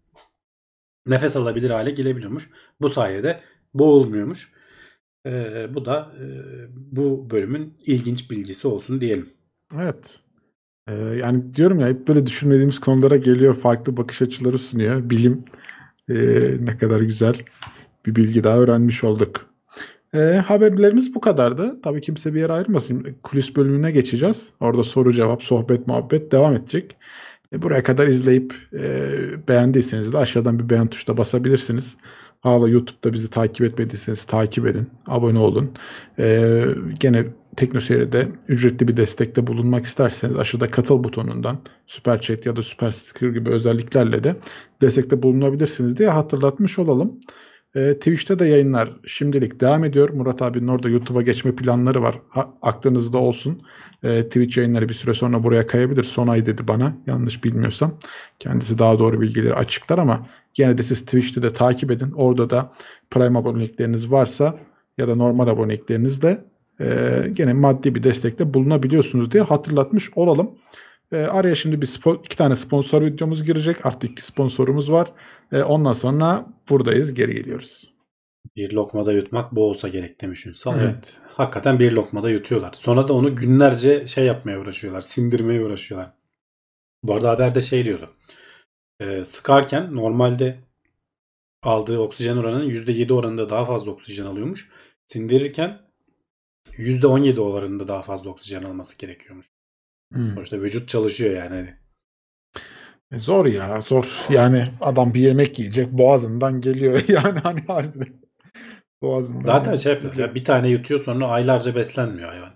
Nefes alabilir hale gelebiliyormuş. Bu sayede boğulmuyormuş. E, bu da e, bu bölümün ilginç bilgisi olsun diyelim. Evet. Ee, yani diyorum ya hep böyle düşünmediğimiz konulara geliyor. Farklı bakış açıları sunuyor. Bilim ee, ne kadar güzel bir bilgi daha öğrenmiş olduk. Ee, haberlerimiz bu kadardı. Tabii kimse bir yere ayrılmasın. Kulis bölümüne geçeceğiz. Orada soru cevap, sohbet, muhabbet devam edecek. E, buraya kadar izleyip e, beğendiyseniz de aşağıdan bir beğen tuşuna basabilirsiniz. Hala YouTube'da bizi takip etmediyseniz takip edin. Abone olun. E, gene TeknoSeyir'de ücretli bir destekte bulunmak isterseniz aşağıda katıl butonundan Süper Chat ya da Süper Sticker gibi özelliklerle de destekte bulunabilirsiniz diye hatırlatmış olalım. E, Twitch'te de yayınlar şimdilik devam ediyor. Murat abinin orada YouTube'a geçme planları var. Ha, aklınızda olsun. E, Twitch yayınları bir süre sonra buraya kayabilir. Son ay dedi bana. Yanlış bilmiyorsam. Kendisi daha doğru bilgileri açıklar ama gene de siz Twitch'te de takip edin. Orada da Prime abonelikleriniz varsa ya da normal aboneliklerinizde e, gene maddi bir destekte bulunabiliyorsunuz diye hatırlatmış olalım. E, araya şimdi bir spor, iki tane sponsor videomuz girecek. Artık iki sponsorumuz var. E, ondan sonra buradayız. Geri geliyoruz. Bir lokmada yutmak bu olsa gerek demiş Ünsal. Hı. Evet. Hakikaten bir lokmada yutuyorlar. Sonra da onu günlerce şey yapmaya uğraşıyorlar. Sindirmeye uğraşıyorlar. Bu arada haberde şey diyordu. E, sıkarken normalde aldığı oksijen oranının yüzde yedi oranında daha fazla oksijen alıyormuş. Sindirirken yüzde on yedi oranında daha fazla oksijen alması gerekiyormuş. Hmm. Sonuçta vücut çalışıyor yani. E, Zor ya zor. Yani adam bir yemek yiyecek boğazından geliyor. Yani hani harbiden boğazından Zaten yemek şey yapıyor. geliyor. Ya bir tane yutuyor sonra aylarca beslenmiyor hayvan.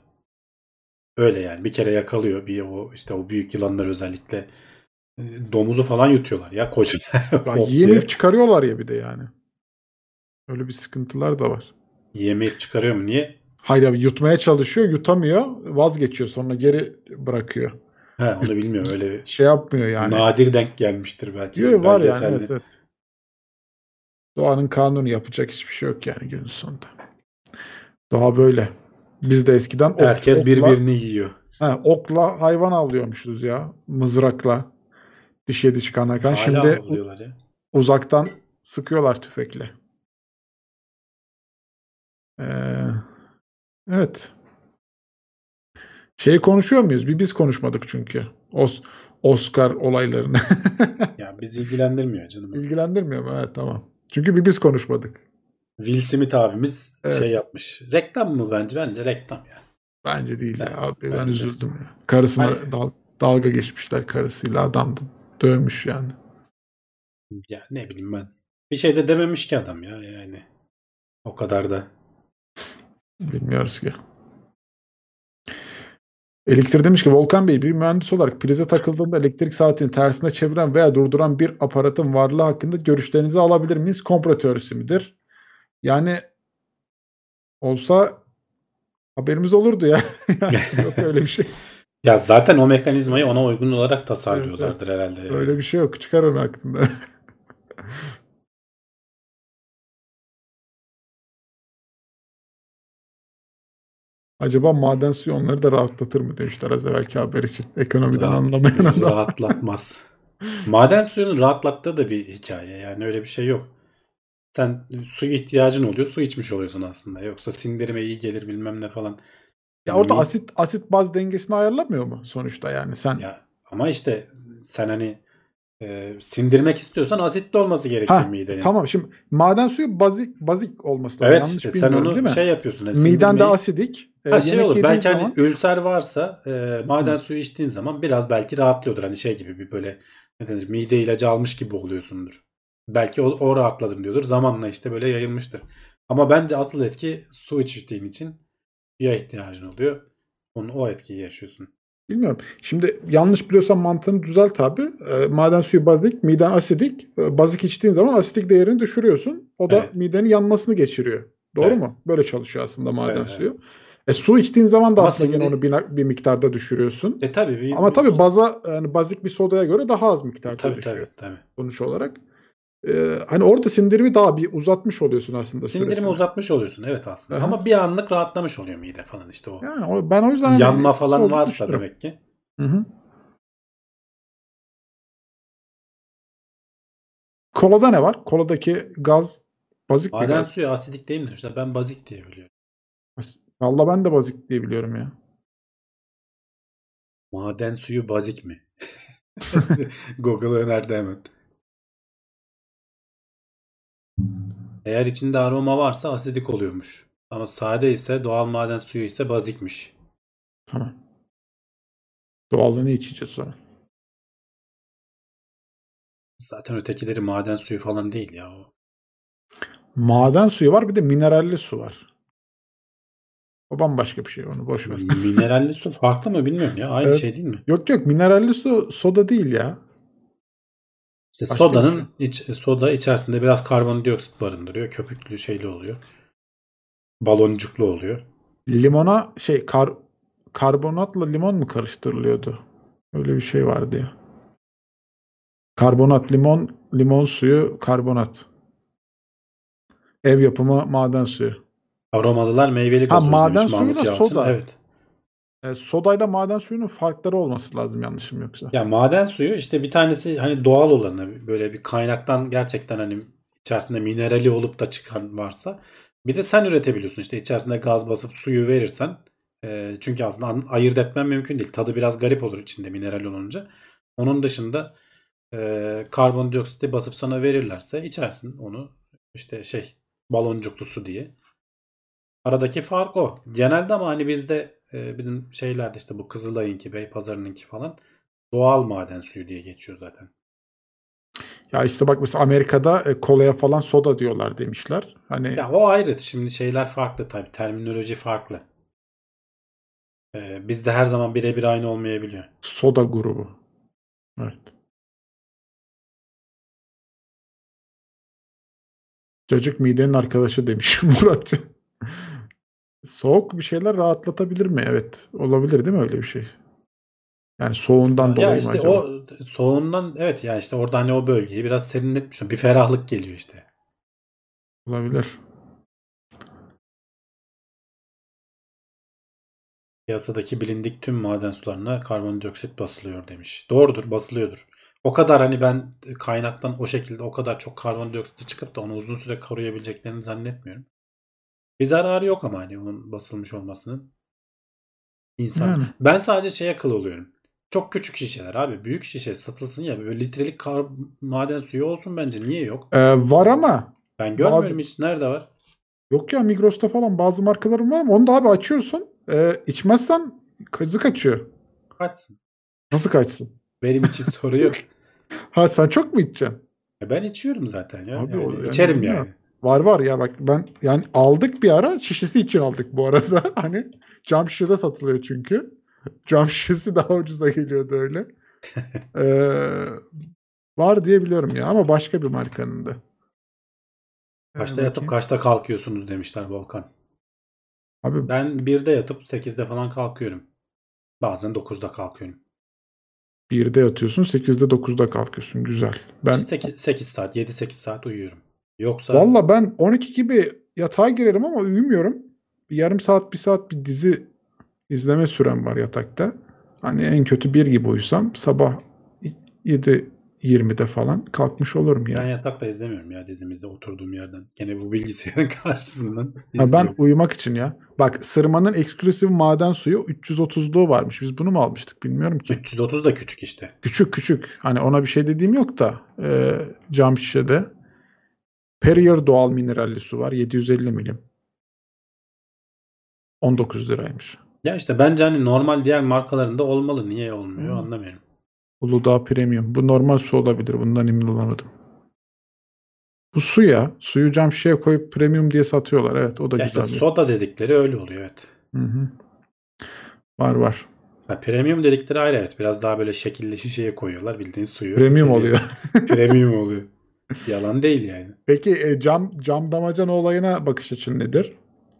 Öyle yani. Bir kere yakalıyor. Bir o işte o büyük yılanlar özellikle e, domuzu falan yutuyorlar ya koca Ya hop yiyemeyip diye. çıkarıyorlar ya bir de yani. Öyle bir sıkıntılar da var. Yiyemeyip çıkarıyor mu? Niye? Hayır abi, yutmaya çalışıyor, yutamıyor, vazgeçiyor, sonra geri bırakıyor. He, onu Yut, bilmiyorum. Öyle şey yapmıyor yani. nadir denk gelmiştir belki Yo, böyle var yani, evet belgeselde. evet. Doğanın kanunu, yapacak hiçbir şey yok yani günün sonunda. Doğa böyle. Biz de eskiden ok, Herkes okla birbirini yiyor. he, okla hayvan avlıyormuşuz ya. Mızrakla. Diş yedi çıkana kadar. Hala Şimdi u- avlıyorlar ya. uzaktan sıkıyorlar tüfekle. Ee, evet. Şeyi konuşuyor muyuz? Bir biz konuşmadık çünkü. Os Oscar olaylarını. Ya bizi ilgilendirmiyor canım. İlgilendirmiyor mu? Evet, tamam. Çünkü bir biz konuşmadık. Will Smith abimiz şey Evet. yapmış. Reklam mı bence? Bence reklam yani. Bence değil ya Ben- abi. Ben bence. üzüldüm ya. Karısına Hayır. dal- dalga geçmişler karısıyla. Adam da dövmüş yani. Ya ne bileyim ben. Bir şey de dememiş ki adam ya yani. O kadar da. Bilmiyoruz ki. Elektrik demiş ki, Volkan Bey, bir mühendis olarak prize takıldığında elektrik saatini tersine çeviren veya durduran bir aparatın varlığı hakkında görüşlerinizi alabilir miyiz? Komplo teorisi midir? Yani olsa haberimiz olurdu ya. Yani yok öyle bir şey. Ya zaten o mekanizmayı ona uygun olarak Evet, tasarlıyorlardır evet. herhalde. Öyle Yani. bir şey yok. Çıkar onu aklında. Acaba maden suyu onları da rahatlatır mı demişler az evvelki haber için. Ekonomiden Rahat, anlamayan adam. rahatlatmaz. Maden suyunun rahatlattığı da bir hikaye. Yani öyle bir şey yok. Sen suya ihtiyacın oluyor. Su içmiş oluyorsun aslında. Yoksa sindirime iyi gelir bilmem ne falan. Ya Yani orada mi, asit asit baz dengesini ayarlamıyor mu sonuçta yani sen? ya ama işte sen hani e, sindirmek istiyorsan asitli olması gerekiyor Ha, midenin. tamam, şimdi maden suyu bazik bazik olması lazım. Evet işte Yanlış sen bilmiyorum değil onu mi? şey yapıyorsun. Yani Miden de sindirmeyi asidik. E, ha şey yemek olur. yediğin Belki hani zaman ülser varsa e, maden hı, suyu içtiğin zaman biraz belki rahatlıyordur. Hani şey gibi bir böyle ne denir, mide ilacı almış gibi oluyorsundur. Belki o, o rahatladım diyordur. Zamanla işte böyle yayılmıştır. Ama bence asıl etki su içtiğin için suya ihtiyacın oluyor. Onun o etkiyi yaşıyorsun. bilmiyorum. Şimdi yanlış biliyorsam mantığını düzelt abi. E, maden suyu bazik, miden asidik. E, bazik içtiğin zaman asitik değerini düşürüyorsun. O da Evet. midenin yanmasını geçiriyor. Doğru Evet. mu? Böyle çalışıyor aslında maden Evet. Evet. suyu. E, su içtiğin zaman da Ama aslında gene şimdi onu bir, bir miktarda düşürüyorsun. e tabii bir, Ama bir tabii baza, yani bazik bir sodaya göre daha az miktarda tabii tabii düşüyor tabii. sonuç olarak. Ee, hani orada sindirimi daha bir uzatmış oluyorsun aslında Sindirimi süresini. uzatmış oluyorsun evet aslında. Aha. Ama bir anlık rahatlamış oluyor mide falan işte o. Yani o, ben o yüzden hani Yanma etkisi falan olduğunu varsa düşünüyorum. demek ki. Hı hı. Kolada ne var? Koladaki gaz bazik bir Maden gaz. suyu asidik değil mi? İşte ben bazik diye biliyorum. Valla ben de bazik diye biliyorum ya. Maden suyu bazik mi? Google önerdi hemen. Eğer içinde aroma varsa asidik oluyormuş. Ama sade ise doğal maden suyu ise bazikmiş. Tamam. Doğallığını içeceğiz sonra. Zaten ötekileri maden suyu falan değil ya o. Maden suyu var, bir de mineralli su var. O bambaşka bir şey, onu boş ver. Mineralli su farklı mı bilmiyorum ya. Aynı Evet. şey değil mi? Yok yok, mineralli su soda değil ya. İşte Başka bir şey. sodanın iç, soda içerisinde biraz karbondioksit barındırıyor. Köpüklü şeyli oluyor. Baloncuklu oluyor. Limona şey kar, karbonatla limon mu karıştırılıyordu? Öyle bir şey vardı ya. Karbonat, limon, limon suyu, karbonat. Ev yapımı maden suyu. Aromalılar meyveli Ha, gazoz maden demiş suyu Mahmut da Yalçın. soda. Evet. E, sodayla maden suyunun farkları olması lazım yanlışım yoksa. Ya maden suyu işte bir tanesi hani doğal olanı böyle bir kaynaktan gerçekten hani içerisinde minerali olup da çıkan varsa bir de sen üretebiliyorsun işte içerisinde gaz basıp suyu verirsen e, çünkü aslında an- ayırt etmen mümkün değil. Tadı biraz garip olur içinde mineral olunca. Onun dışında e, karbondioksiti basıp sana verirlerse içersin onu işte şey baloncuklu su diye. Aradaki fark o. Genelde ama hani bizde e, bizim şeylerde işte bu Kızılay'ınki, Beypazarı'nınki falan doğal maden suyu diye geçiyor zaten. Ya işte bak, mesela Amerika'da e, kolaya falan soda diyorlar demişler. Hani Ya o ayrı. Şimdi şeyler farklı tabii. Terminoloji farklı. E, bizde her zaman birebir aynı olmayabiliyor. soda grubu. Evet. Cacık midenin arkadaşı demiş Muratcan. Soğuk bir şeyler rahatlatabilir mi? Evet. Olabilir değil mi öyle bir şey? Yani soğuğundan Ya, dolayı ya mı işte acaba? o soğuğundan evet ya işte orada hani o bölgeyi biraz serinletmiş. Bir ferahlık geliyor işte. Olabilir. Piyasadaki bilindik tüm maden sularına karbondioksit basılıyor demiş. Doğrudur, basılıyordur. O kadar hani ben kaynaktan o şekilde o kadar çok karbondioksit çıkıp da onu uzun süre koruyabileceklerini zannetmiyorum. Bir zararı yok ama hani onun basılmış olmasının. İnsan. Yani. Ben sadece şeye akıl oluyorum. Çok küçük şişeler abi. Büyük şişe satılsın ya. Böyle litrelik kar maden suyu olsun bence. Niye yok? Ee, var ama Ben bazı görmüyorum hiç. Nerede var? yok ya Migros'ta falan bazı markaların var ama onu da abi açıyorsun. E, içmezsen kazı kaçıyor. Kaçsın. Nasıl kaçsın? Benim için soru yok. Ha sen çok mu içeceksin? Ya ben içiyorum zaten ya. Abi o Yani yani içerim bilmiyorum. yani. Var var ya bak ben yani aldık bir ara şişesi için aldık bu arada. Hani cam şişede satılıyor çünkü. Cam şişesi daha ucuza geliyordu öyle. Ee, var diye biliyorum ya ama başka bir markanın da. Yani Kaçta yatıp bakayım. kaçta kalkıyorsunuz demişler Volkan. Abi Ben birde yatıp sekizde falan kalkıyorum. Bazen dokuzda kalkıyorum. birde yatıyorsun sekizde dokuzda kalkıyorsun. Güzel. İşte Ben sekiz, sekiz saat yedi sekiz saat uyuyorum. Yoksa valla ben on iki gibi yatağa girerim ama uyumuyorum. Bir yarım saat bir saat bir dizi izleme sürem var yatakta. Hani en kötü bir gibi uyusam sabah yedi yirmide falan kalkmış olurum ben yani. yatakta izlemiyorum ya dizimizi oturduğum yerden. Gene bu bilgisayarın karşısından Ha ben izliyorum. uyumak için ya. Bak Sırma'nın eksklusif maden suyu üç yüz otuzluğu varmış. Biz bunu mu almıştık bilmiyorum ki. üç yüz otuz da küçük işte. Küçük küçük. Hani ona bir şey dediğim yok da e, cam şişede. Perrier doğal mineralli su var. yedi yüz elli milim. on dokuz liraymış. Ya işte bence hani normal diğer markalarında olmalı. Niye olmuyor Hmm. anlamıyorum. Uludağ Premium. Bu normal su olabilir. Bundan emin olamadım. Bu su ya. Suyu cam şişeye koyup premium diye satıyorlar. Evet o da Ya işte güzel bir. soda dedikleri öyle oluyor evet. Hı hı. Var var. Ya premium dedikleri ayrı evet. Biraz daha böyle şekilli şişeye koyuyorlar. Bildiğin suyu Premium içeriye. oluyor. Premium oluyor. Yalan değil yani. Peki e, cam cam damacana olayına bakış açın nedir?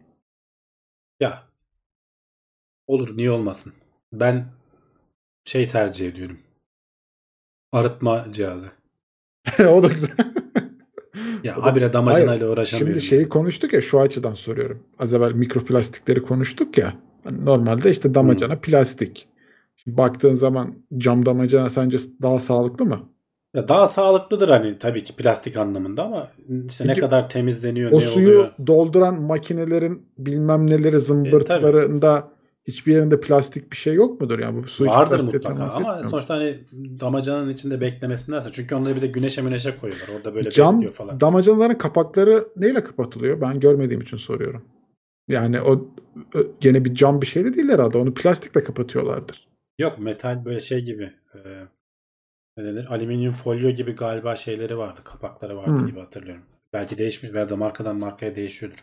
Ya olur niye olmasın. Ben şey tercih ediyorum. Arıtma cihazı. O da güzel. Ya O da habire hayır. damacanayla Şimdi uğraşamıyorum şeyi yani. konuştuk ya şu açıdan soruyorum. Az evvel mikroplastikleri konuştuk ya. Hani normalde işte Hmm. damacana plastik. Şimdi baktığın zaman cam damacana sence daha sağlıklı mı? Ya daha sağlıklıdır hani tabii ki plastik anlamında ama işte ne Çünkü kadar temizleniyor, o ne oluyor. suyu dolduran makinelerin bilmem neleri E, tabii zımbırtılarında hiçbir yerinde plastik bir şey yok mudur? Yani bu su hiç vardır plastiğe mutlaka temas ama etmiyor mu? sonuçta hani damacanın içinde beklemesindense çünkü onları bir de güneşe müneşe koyuyorlar. Orada böyle Cam bekliyor falan. damacanaların kapakları neyle kapatılıyor? Ben görmediğim için soruyorum. Yani o ö- gene bir cam bir şey de değil herhalde. Onu plastikle kapatıyorlardır. Yok metal böyle şey gibi e, ne denir? Alüminyum folyo gibi galiba şeyleri vardı. Kapakları vardı Hmm. gibi hatırlıyorum. Belki değişmiş veya da markadan markaya değişiyordur.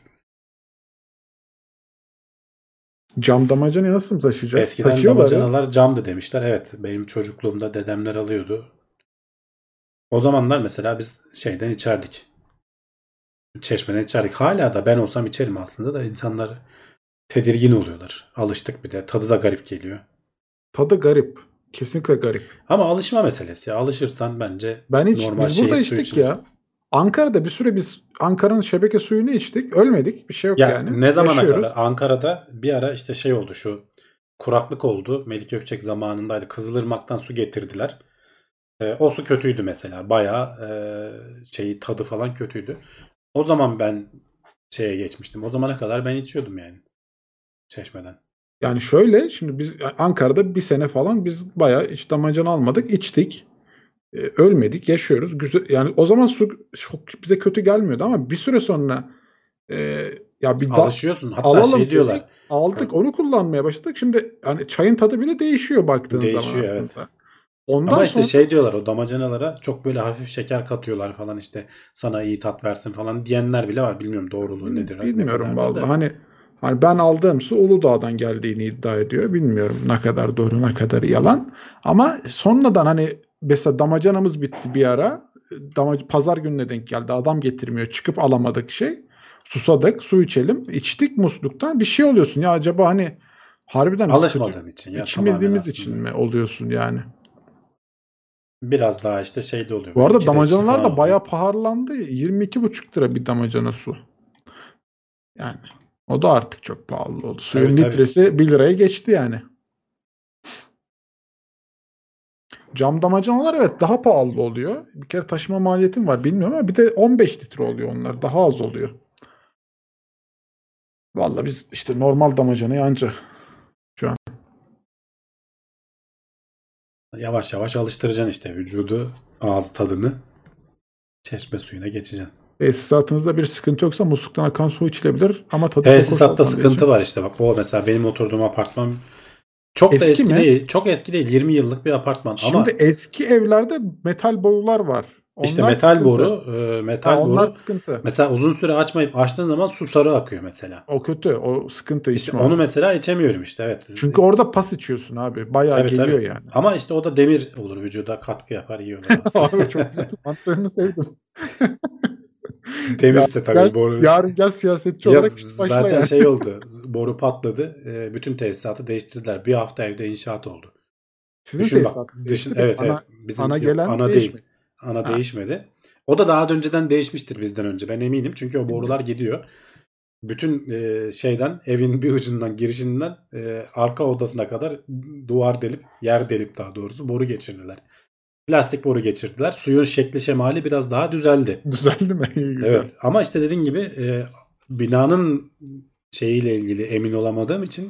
Cam damacanayı nasıl taşıyacak? Eskiden Taşıyorlar ya. damacanalar camdı demişler. Evet benim çocukluğumda dedemler alıyordu. O zamanlar mesela biz şeyden içerdik. Çeşmeden içerdik. Hala da ben olsam içerim aslında da insanlar tedirgin oluyorlar. Alıştık bir de. Tadı da garip geliyor. Tadı garip. Kesinlikle garip. Ama alışma meselesi ya. Alışırsan bence Ben hiç normal biz burada şehir suyu içtik içilir. ya. Ankara'da bir süre biz Ankara'nın şebeke suyunu içtik. Ölmedik. Bir şey yok Ya yani. ne zamana Yaşıyoruz. kadar? Ankara'da bir ara işte şey oldu şu kuraklık oldu. Melik Gökçek zamanındaydı. Kızılırmak'tan su getirdiler. E, o su kötüydü mesela. Bayağı e, şeyi tadı falan kötüydü. O zaman ben şeye geçmiştim. O zamana kadar ben içiyordum yani. Çeşmeden. Yani şöyle şimdi biz Ankara'da bir sene falan biz bayağı hiç damacana almadık. İçtik. Ee, ölmedik. Yaşıyoruz. Güzel, yani o zaman su çok bize kötü gelmiyordu ama bir süre sonra e, ya bir da Alışıyorsun. Hatta alalım şey dedik. diyorlar. Aldık onu kullanmaya başladık. Şimdi hani çayın tadı bile değişiyor baktığın zaman Değişiyor evet. aslında. Ondan Ama işte sonra şey diyorlar o damacanalara çok böyle hafif şeker katıyorlar falan işte sana iyi tat versin falan diyenler bile var. Bilmiyorum doğruluğu nedir ne bilmiyorum kadardır vallahi. da. Hani hani ben aldığım su Uludağ'dan geldiğini iddia ediyor. Bilmiyorum ne kadar doğru ne kadar yalan. Ama sonradan hani mesela damacanamız bitti bir ara. damacı pazar gününe denk geldi. Adam getirmiyor. Çıkıp alamadık şey. Susadık, su içelim. İçtik musluktan. Bir şey oluyorsun. Ya acaba hani harbiden biz kötü Alışmadığın için ya, tamamen içmediğimiz için aslında. mi oluyorsun yani? Biraz daha işte şey de oluyor. Bu böyle arada ikide içi damacanalar falan da oluyor. bayağı pahalandı. yirmi iki buçuk lira bir damacana su. Yani o da artık çok pahalı oldu. Suyun Tabii, tabii. litresi bir liraya geçti yani. Cam damacanalar evet daha pahalı oluyor. Bir kere taşıma maliyetim var bilmiyorum ama bir de on beş litre oluyor onlar. Daha az oluyor. Vallahi biz işte normal damacanayı anca şu an. Yavaş yavaş alıştıracaksın işte vücudu, ağız tadını çeşme suyuna geçeceksin. Tesisatınızda bir sıkıntı yoksa musluktan akan su içilebilir ama tadı çok hoş Tesisatta olmadığı sıkıntı için. var işte bak, o mesela benim oturduğum apartman çok da Eski eski mi? değil. Çok eski değil. yirmi yıllık bir apartman Şimdi ama eski evlerde metal borular var. işte Onlar metal sıkıntı. boru, e, Ha, metal onlar boru sıkıntı. mesela uzun süre açmayıp açtığın zaman su sarı akıyor mesela. O kötü. O sıkıntı İşte içme onu onu. mesela içemiyorum işte, evet. Çünkü orada pas içiyorsun abi. Bayağı Tabii, geliyor tabii. yani. Ama işte o da demir olur, vücuda katkı yapar, iyi olur aslında. Abi çok güzel. Mantığını sevdim. Demirse Yarın gel, tabii boru. yarın gel siyasetçi Yok, olarak başla zaten yani. şey oldu. Boru patladı. E, bütün tesisatı değiştirdiler. Bir hafta evde inşaat oldu. Sizin Düşün tesisat bak. Düşün, değişti de evet, ana evet. Bizim ana yok, gelen ana değil. değişmedi. Ana Ha. değişmedi. O da daha önceden değişmiştir bizden önce. Ben eminim. Çünkü o borular gidiyor. Bütün e, şeyden, evin bir ucundan, girişinden e, arka odasına kadar duvar delip, yer delip daha doğrusu boru geçirdiler. Plastik boru geçirdiler. Suyun şekli şemali biraz daha düzeldi. Düzeldi mi? İyi güzel. Evet, ama işte dediğin gibi e, binanın şeyiyle ilgili emin olamadığım için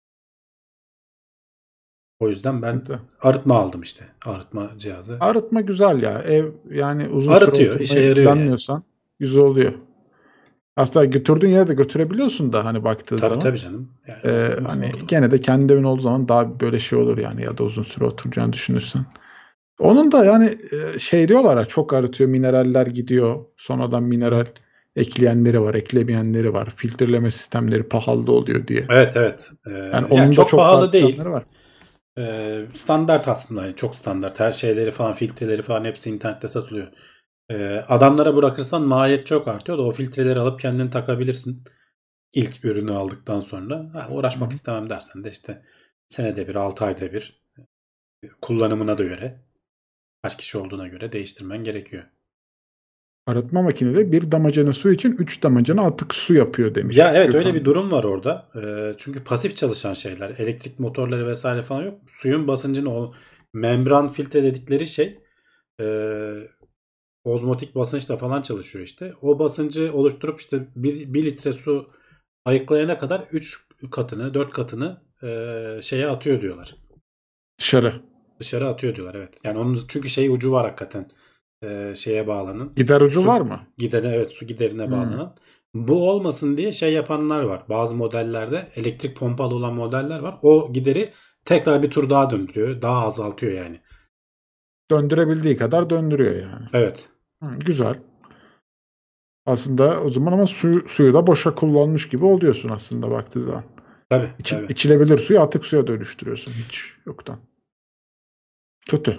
o yüzden ben Sıkıntı. arıtma aldım işte. Arıtma cihazı. Arıtma güzel ya. Ev yani uzun süre Arıtıyor, işe oturmayı yarıyor yani. planlıyorsan güzel oluyor. Aslında götürdüğün yere de götürebiliyorsun da hani baktığı Tabii, zaman. tabii canım. Yani Ee, o- hani orada- gene de kendi evin olduğu zaman daha böyle şey olur yani ya da uzun süre oturacağını düşünürsen. Onun da yani e, şey diyorlar ya çok arıtıyor, mineraller gidiyor. Sonradan mineral ekleyenleri var, eklemeyenleri var. Filtreleme sistemleri pahalı da oluyor diye. Evet, evet. Ee, Yani onun yani da çok çok pahalı değil. tartışanları var. Ee, standart aslında. Yani çok standart. Her şeyleri falan, filtreleri falan hepsi internette satılıyor. Ee, adamlara bırakırsan maliyet çok artıyor da o filtreleri alıp kendin takabilirsin. İlk ürünü aldıktan sonra. Ha, uğraşmak Hı hı. istemem dersen de işte senede bir, altı ayda bir, kullanımına da göre, kaç kişi olduğuna göre değiştirmen gerekiyor. Arıtma makineleri bir damacana su için üç damacana atık su yapıyor demiş. Ya evet, öyle Gökhan bir Bey. durum var orada. Ee, çünkü pasif çalışan şeyler, elektrik motorları vesaire falan yok. Suyun basıncını, o membran filtre dedikleri şey e, ozmotik basınçla falan çalışıyor işte. O basıncı oluşturup işte bir, bir litre su ayıklayana kadar üç katını, dört katını e, şeye atıyor diyorlar. Dışarı. Dışarı atıyor diyorlar, evet. Yani onun çünkü şey ucu var hakikaten. E, şeye bağlanan. Gider ucu Su var mı? gidene, evet, su giderine Hmm. bağlanan. Bu olmasın diye şey yapanlar var. Bazı modellerde elektrik pompalı olan modeller var. O gideri tekrar bir tur daha döndürüyor. Daha azaltıyor yani. Döndürebildiği kadar döndürüyor yani. Evet. Hı, güzel. Aslında o zaman ama suyu, suyu da boşa kullanmış gibi oluyorsun aslında baktığı zaman. Tabii, İçi, tabii. içilebilir suyu atık suya dönüştürüyorsun hiç yoktan. Kötü.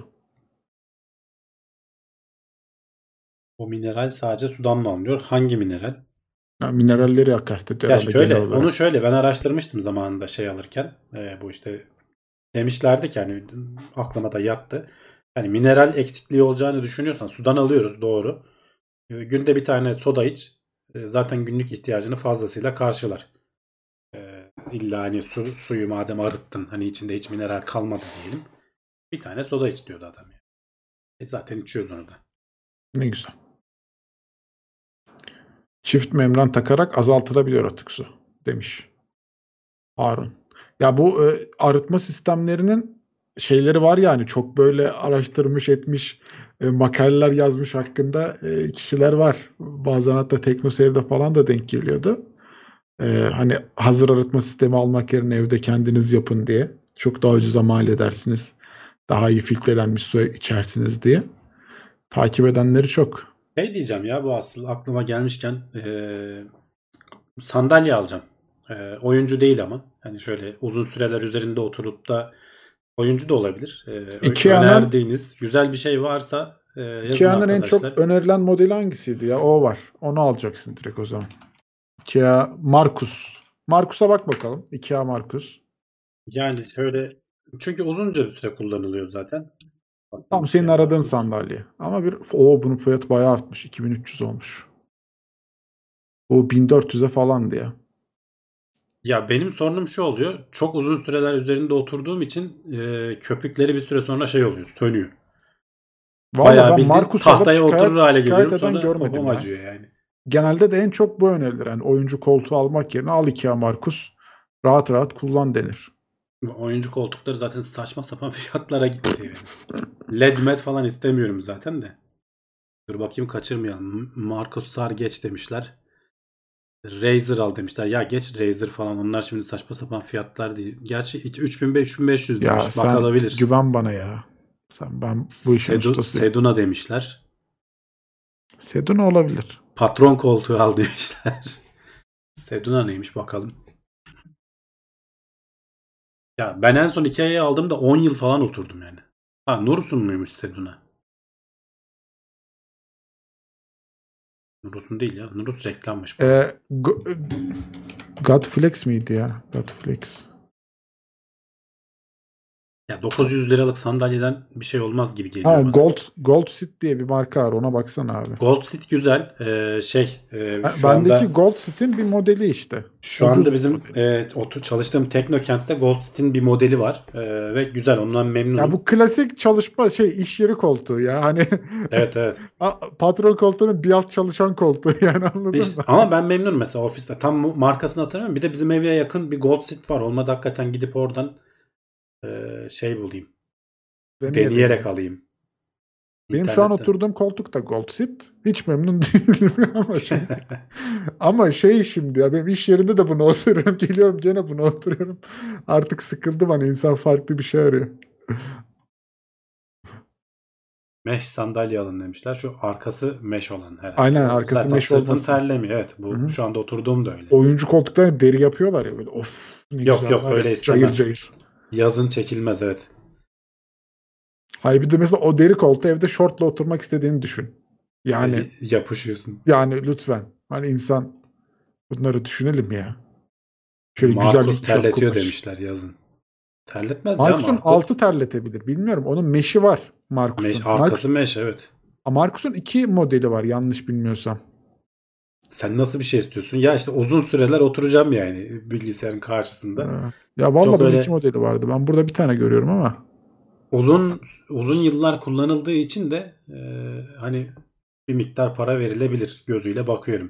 O mineral sadece sudan mı alınıyor? Hangi mineral? Yani mineralleri kastediyor Ya herhalde genel şöyle, olarak. onu şöyle ben araştırmıştım zamanında şey alırken. E, bu işte demişlerdi ki hani, aklıma da yattı. Yani mineral eksikliği olacağını düşünüyorsan sudan alıyoruz, doğru. E, günde bir tane soda iç. E, zaten günlük ihtiyacını fazlasıyla karşılar. E, illa hani su, suyu madem arıttın, hani içinde hiç mineral kalmadı diyelim. Bir tane soda iç diyordu adam yani. E, zaten içiyoruz onu da. Ne güzel. Çift membran takarak azaltılabiliyor atık su demiş Harun. Ya bu e, arıtma sistemlerinin şeyleri var yani çok böyle araştırmış etmiş e, makaleler yazmış hakkında e, kişiler var. Bazen hatta TeknoSeyir'de falan da denk geliyordu. E, hani hazır arıtma sistemi almak yerine evde kendiniz yapın diye. Çok daha ucuza mal edersiniz. Daha iyi filtrelenmiş su içersiniz diye. Takip edenleri çok. Şey diyeceğim ya, bu asıl aklıma gelmişken e, sandalye alacağım. E, oyuncu değil ama. Hani şöyle uzun süreler üzerinde oturup da oyuncu da olabilir. E, ö- Ikea'nın önerdiğiniz güzel bir şey varsa Ee, yazın Ikea'nın en arkadaşlar. çok önerilen modeli hangisiydi ya? O var. Onu alacaksın direkt o zaman. Ikea Marcus. Marcus'a bak bakalım. Ikea Marcus. Yani şöyle, çünkü uzunca bir süre kullanılıyor zaten. Tam senin Ikea aradığın Marcus. sandalye. Ama bir o bunun fiyatı bayağı artmış. iki bin üç yüz olmuş. Bu bin dört yüze falandı ya. Ya benim sorunum şu oluyor. Çok uzun süreler üzerinde oturduğum için e, köpükleri bir süre sonra şey oluyor. Sönüyor. Vallahi Bayağı ben bildiğin Marcus alıp tahtaya oturur şikayet, hale şikayet geliyorum. eden Sonra görmedim popom ya. acıyor yani. Genelde de en çok bu önerilir. Yani oyuncu koltuğu almak yerine al Ikea Marcus. Rahat rahat kullan denir. Oyuncu koltukları zaten saçma sapan fiyatlara gitti yani. Led med falan istemiyorum zaten de. Dur bakayım kaçırmayalım. Marcus Sar geç demişler. Razer al demişler. Ya geç Razer falan. Onlar şimdi saçma sapan fiyatlar değil. Gerçi üç bin beş yüz Ya demiş. Bak sen alabilir. güven bana ya. Sen ben bu işin Sedu, ustasıyım. Seduna demişler. Seduna olabilir. Patron koltuğu al demişler. Seduna neymiş bakalım. Ya ben en son Ikea'yı aldığımda on yıl falan oturdum yani. Ha Nursun muymuş Seduna? Nursun değil ya. Nurus reklammış. Ee, Go- Godflex miydi ya? Godflex. Ya dokuz yüz liralık sandalyeden bir şey olmaz gibi geliyor Ha, bana. Gold Gold Seat diye bir marka var. Ona baksana abi. Gold Seat güzel. Ee, şey e, Ha, şu bendeki anda Gold Seat'in bir modeli işte. şu Ucuz anda bir bizim modeli. e, otu- çalıştığım Teknokent'te Gold Seat'in bir modeli var. Ee, ve güzel. Ondan memnunum. Ya bu klasik çalışma şey iş yeri koltuğu ya. Hani Evet evet. patron koltuğunun bir alt çalışan koltuğu yani anladın İşte, mı? ama ben memnunum mesela ofiste. Tam markasını hatırlamıyorum. Bir de bizim eve yakın bir Gold Seat var. Olmadı hakikaten gidip oradan e, şey bulayım. Deneye Deneyerek deneye. alayım. Benim şu an İnternetten. oturduğum koltuk da Gold Seat. Hiç memnun değilim ama şey, ama şey şimdi ya benim iş yerinde de bunu oturuyorum. Geliyorum gene bunu oturuyorum. Artık sıkıldı bana. İnsan farklı bir şey arıyor. Mesh sandalye alın demişler. Şu arkası mesh olan herhalde. Aynen O arkası zaten mesh sırtın olmasın. terlemiyor. Evet. Bu Hı-hı. şu anda oturduğum da öyle. Oyuncu koltuklarını deri yapıyorlar ya böyle. Of ne Yok güzel yok var ya. öyle Cayır istemem. cayır. Yazın çekilmez evet. Hayır bir de mesela o deri koltuğu evde şortla oturmak istediğini düşün. Yani Y- Yapışıyorsun. yani lütfen. Hani insan bunları düşünelim ya. Şöyle güzel Markus yumuşak terletiyor kumaş. demişler yazın. Terletmez ya Marcus'un Markus. altı terletebilir. Bilmiyorum. Onun meşi var Mesh, Marcus'un. arkası Marcus, mesh evet. Marcus'un iki modeli var yanlış bilmiyorsam. Sen nasıl bir şey istiyorsun? Ya işte uzun süreler oturacağım yani bilgisayarın Ee, karşısında. Ya vallahi Çok bunun iki öyle modeli vardı. Ben burada bir tane görüyorum ama. uzun uzun yıllar kullanıldığı için de e, hani bir miktar para verilebilir gözüyle bakıyorum.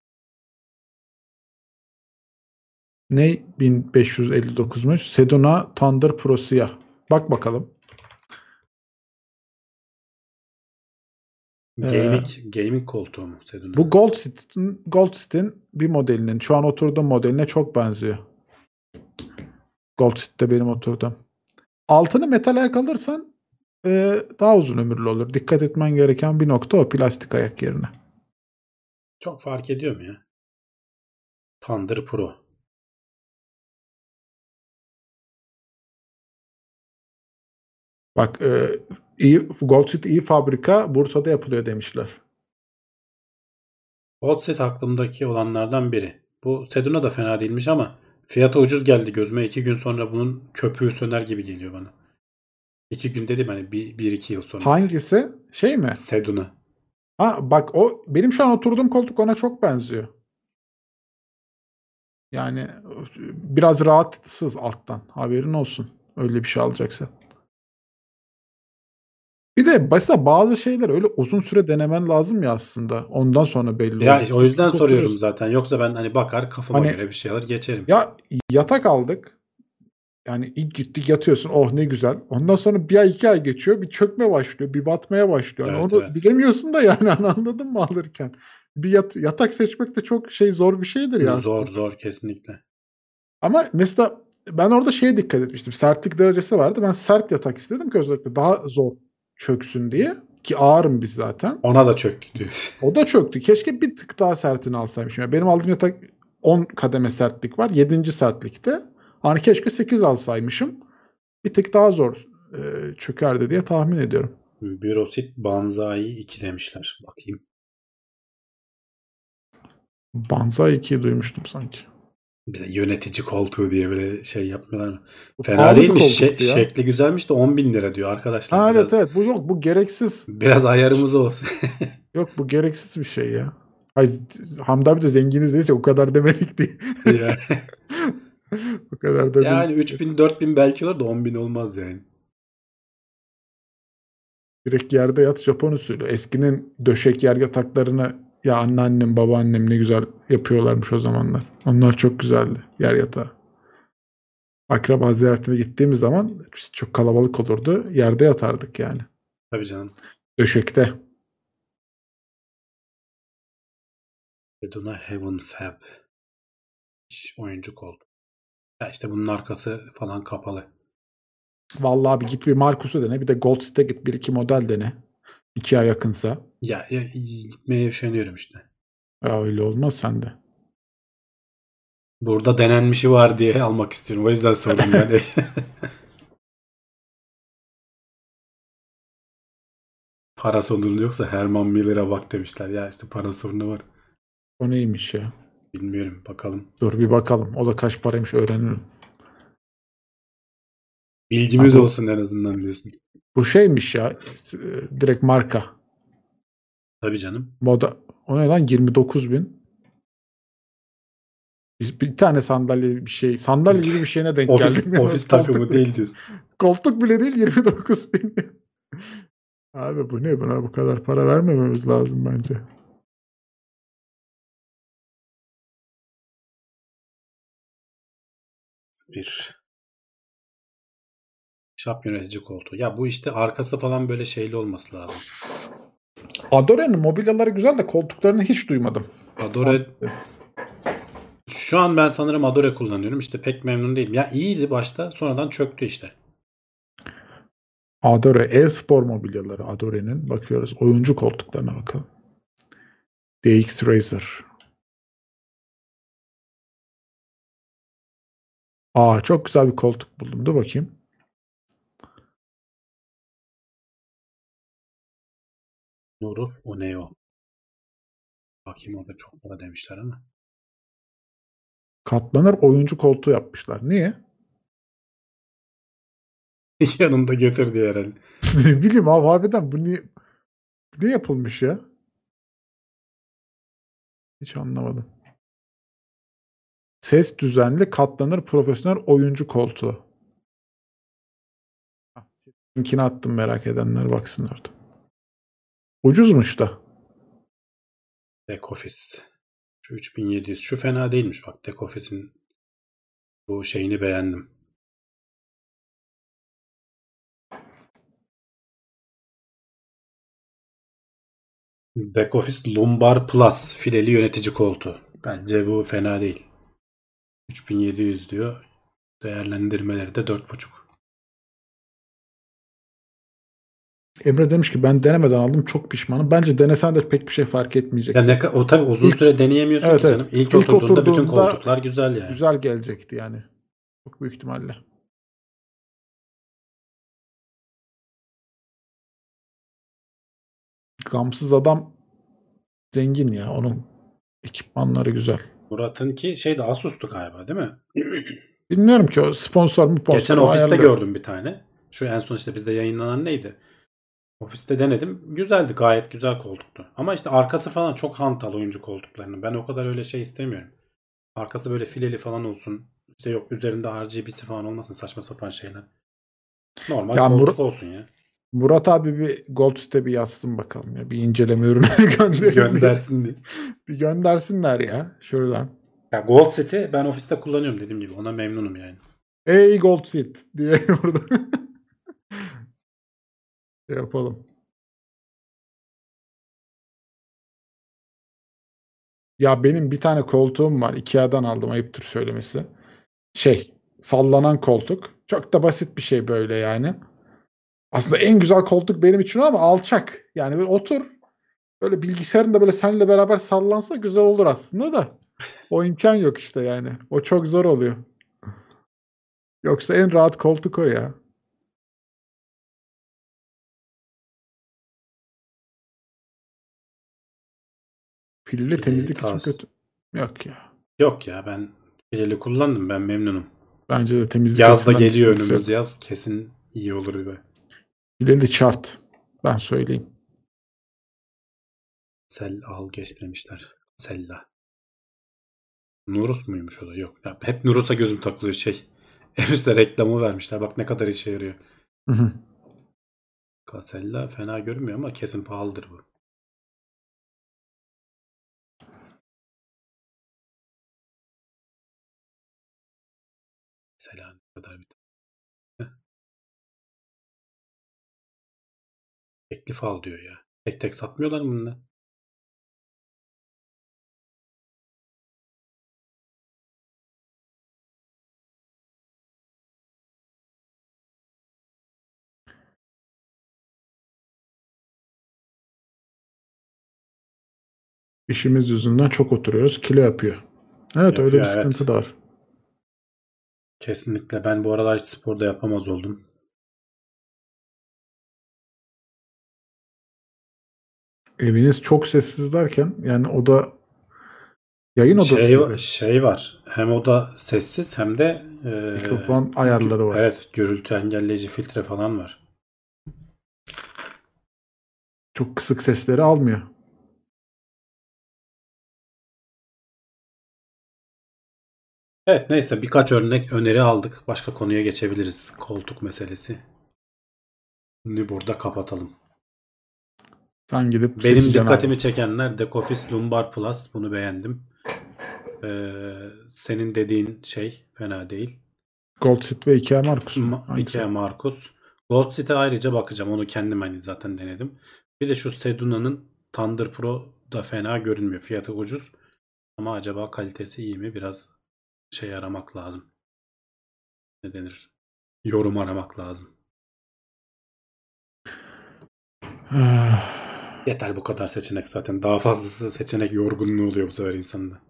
Ne bin beş yüz elli dokuzmuş? Sedona Thunder Pro siyah. Bak bakalım. Ee, Gaming gaming koltuğu mu Seduna? Bu Gold Seat'in Gold Seat'in bir modelinin şu an oturduğum modeline çok benziyor. Gold Seat'te benim oturduğum. Altını metal ayak alırsan e, daha uzun ömürlü olur. Dikkat etmen gereken bir nokta o plastik ayak yerine. Çok fark ediyor mu ya? Thunder Pro. Bak e, iyi, Gold Seat iyi fabrika Bursa'da yapılıyor demişler. Outset aklımdaki olanlardan biri. Bu Seduna da fena değilmiş ama fiyatı ucuz geldi gözüme. İki gün sonra bunun köpüğü söner gibi geliyor bana. İki gün dedim hani bir, bir iki yıl sonra. Hangisi? Şey mi? Seduna. Ha bak o benim şu an oturduğum koltuk ona çok benziyor. Yani biraz rahatsız alttan. Haberin olsun. Öyle bir şey alacaksan. Bir de basit bazı şeyler öyle uzun süre denemen lazım ya aslında. Ondan sonra belli Ya oluyor. işte o Tık yüzden tık soruyorum oturuyorsun. zaten. Yoksa ben hani bakar kafama Hani göre bir şeyler geçerim. ya yatak aldık. Yani ilk gittik yatıyorsun. Oh ne güzel. Ondan sonra bir ay iki ay geçiyor. Bir çökme başlıyor. Bir batmaya başlıyor. Yani Evet onu evet. bilemiyorsun da yani anladın mı alırken? Bir yat- yatak seçmek de çok şey zor bir şeydir ya Zor aslında. zor kesinlikle. Ama mesela ben orada şeye dikkat etmiştim. Sertlik derecesi vardı. Ben sert yatak istedim ki özellikle daha zor çöksün diye. Ki ağırım biz zaten. Ona da çöktü diyor. O da çöktü. Keşke bir tık daha sertini alsaymışım. Yani benim aldığım yatak on kademe sertlik var. yedinci sertlikte. Hani keşke sekiz alsaymışım. Bir tık daha zor e, çökerdi diye tahmin ediyorum. Bürosit Banzai iki demişler. Bakayım. Banzai ikiyi duymuştum sanki. Bir de yönetici koltuğu diye böyle şey yapmıyorlar mı? Bu Fena pahalı bir değilmiş. Şe- koltuktu ya. şekli güzelmiş de on bin lira diyor arkadaşlar. Ha, biraz, evet evet, bu yok, bu gereksiz. biraz ayarımız olsun. Yok, bu gereksiz bir şey ya. Ay, Hamdi abi de zenginiz değilse o kadar demedik diye. Ya. O kadar da Yani değil. üç bin dört bin belki olur da on bin olmaz yani. Direkt yerde yat, Japon usulü. Eskinin döşek yer yataklarını ya anneannem babaannem ne güzel yapıyorlarmış o zamanlar. Onlar çok güzeldi, yer yatağı. Akraba ziyaretine gittiğimiz zaman çok kalabalık olurdu. Yerde yatardık yani. Tabii canım. Döşekte. Beduna Heaven Fab. Oyuncu koltuğu. Ya işte bunun arkası falan kapalı. Vallahi abi, git bir Markus'u dene. Bir de Goldst'e git, bir iki model dene. iki ay yakınsa. Ya, ya gitmeye üşeniyorum işte. Ya öyle olmaz sende. Burada denenmişi var diye almak istiyorum. O yüzden sordum ben. Para sorunu yoksa Herman Miller'a bak demişler. Ya işte para sorunu var. O neymiş ya? Bilmiyorum, bakalım. Dur bir bakalım. O da kaç paraymış öğrenirim. Bilgimiz Ha, bu, olsun en azından biliyorsun. bu şeymiş ya. s- Direkt marka. Tabii canım. Moda. O ne lan? yirmi dokuz bin. Bir, bir tane sandalye bir şey. Sandalye gibi bir şeyine denk Ofis, geldim. ya. ofis Koltuk takımı bile- değil diyorsun. Koltuk bile değil, yirmi dokuz bin. Abi bu ne? Buna bu kadar para vermememiz lazım bence. Bir şap yönetici koltuğu. Ya bu işte arkası falan böyle şeyli olması lazım. Adore'nin mobilyaları güzel de koltuklarını hiç duymadım. Adore şu an ben sanırım Adore kullanıyorum. İşte pek memnun değilim. Ya iyiydi başta, sonradan çöktü işte. Adore e-spor mobilyaları Adore'nin. Bakıyoruz. Oyuncu koltuklarına bakalım. D X Racer. Aa, çok güzel bir koltuk buldum. Dur bakayım. Nuruf Oneo. Bakayım, orada çok para demişler ama. Katlanır oyuncu koltuğu yapmışlar. Niye? Yanında götür diye herhalde. Ne bileyim abi, harbiden bu niye, bu ne yapılmış ya? Hiç anlamadım. Ses düzenli katlanır profesyonel oyuncu koltuğu. Linkini attım, merak edenler baksın orada. Ucuzmuş da. Back Office. Şu üç bin yedi yüz. Şu fena değilmiş bak. Back Office'in bu şeyini beğendim. Back Office Lumbar Plus fileli yönetici koltuğu. Bence bu fena değil. üç bin yedi yüz diyor. Değerlendirmeleri de dört buçuk. Emre demiş ki ben denemeden aldım, çok pişmanım. Bence denesen de pek bir şey fark etmeyecek. Ya ne ka- o tabii uzun İlk- süre deneyemiyorsun Evet, ki evet. canım. İlk, İlk oturduğunda bütün oturduğunda koltuklar güzel yani. Güzel gelecekti yani. Çok büyük ihtimalle. Gamsız adam zengin ya. Onun ekipmanları güzel. Murat'ınki şey de Asus'tu galiba değil mi? Bilmiyorum ki o sponsor mu sponsor Geçen o ofiste ayarlıyor. gördüm bir tane. Şu en son işte bizde yayınlanan neydi? Ofiste denedim. Güzeldi. Gayet güzel koltuktu. Ama işte arkası falan çok hantal oyuncu koltuklarının. Ben o kadar öyle şey istemiyorum. Arkası böyle fileli falan olsun. İşte yok üzerinde R G B'si falan olmasın, saçma sapan şeyler. Normal Ya koltuk Mur- olsun ya. Murat abi bir Gold Site bir yazsın bakalım ya. Bir inceleme ürünü gönderin diye. Göndersin diye. Bir göndersinler ya şuradan. Ya Gold Set'i ben ofiste kullanıyorum dediğim gibi. Ona memnunum yani. Ey Gold Site diye burada şey yapalım. Ya benim bir tane koltuğum var. Ikea'dan aldım, ayıptır söylemesi. Şey, sallanan koltuk. Çok da basit bir şey böyle yani. Aslında en güzel koltuk benim için o, ama alçak. Yani böyle otur. Böyle bilgisayarın da böyle seninle beraber sallansa güzel olur aslında da. O imkan yok işte yani. O çok zor oluyor. Yoksa en rahat koltuk o ya. Pilli Pilli temizlik için tavs- kötü. Yok ya. Yok ya, ben pileli kullandım, ben memnunum. Bence de temizlik Yazda açısından bir geliyor sıkıntısı önümüz yok. yaz, kesin iyi olur gibi. Pilli şart. Ben söyleyeyim. Sel al geç demişler. Sella. Nurus muymuş o da? Yok. Ya hep Nurus'a gözüm takılıyor şey. En üstte reklamı vermişler. Bak ne kadar işe yarıyor. Hı hı. Sella fena görünmüyor ama kesin pahalıdır bu. Sella ne kadar bir Heh. Teklif al diyor ya. Tek tek satmıyorlar mı bunu? İşimiz yüzünden çok oturuyoruz. Kilo yapıyor. Evet, öyle bir Yapıyor, sıkıntı evet. da var. Kesinlikle. Ben bu aralar hiç sporda yapamaz oldum. Eviniz çok sessiz derken yani oda yayın odası Şey gibi. şey var. Hem o da sessiz hem de e, Mikrofon gü- ayarları var. evet, gürültü engelleyici filtre falan var. Çok kısık sesleri almıyor. Evet, neyse, birkaç örnek öneri aldık. Başka konuya geçebiliriz. Koltuk meselesi. Bunu burada kapatalım. Sen gidip Benim seçeceksin dikkatimi abi. çekenler Decofis Lumbar Plus. Bunu beğendim. Ee, senin dediğin şey fena değil. Gold Seat ve Ikea Markus mu? Ma- Hangisi? Ikea Markus. Gold Seat'e ayrıca bakacağım. Onu kendim hani zaten denedim. Bir de şu Seduna'nın Thunder Pro da fena görünmüyor. Fiyatı ucuz. Ama acaba kalitesi iyi mi? Biraz şey aramak lazım. Ne denir? Yorum aramak lazım. Yeter bu kadar seçenek zaten. Daha fazlası seçenek yorgunluğu oluyor bu sefer insanda.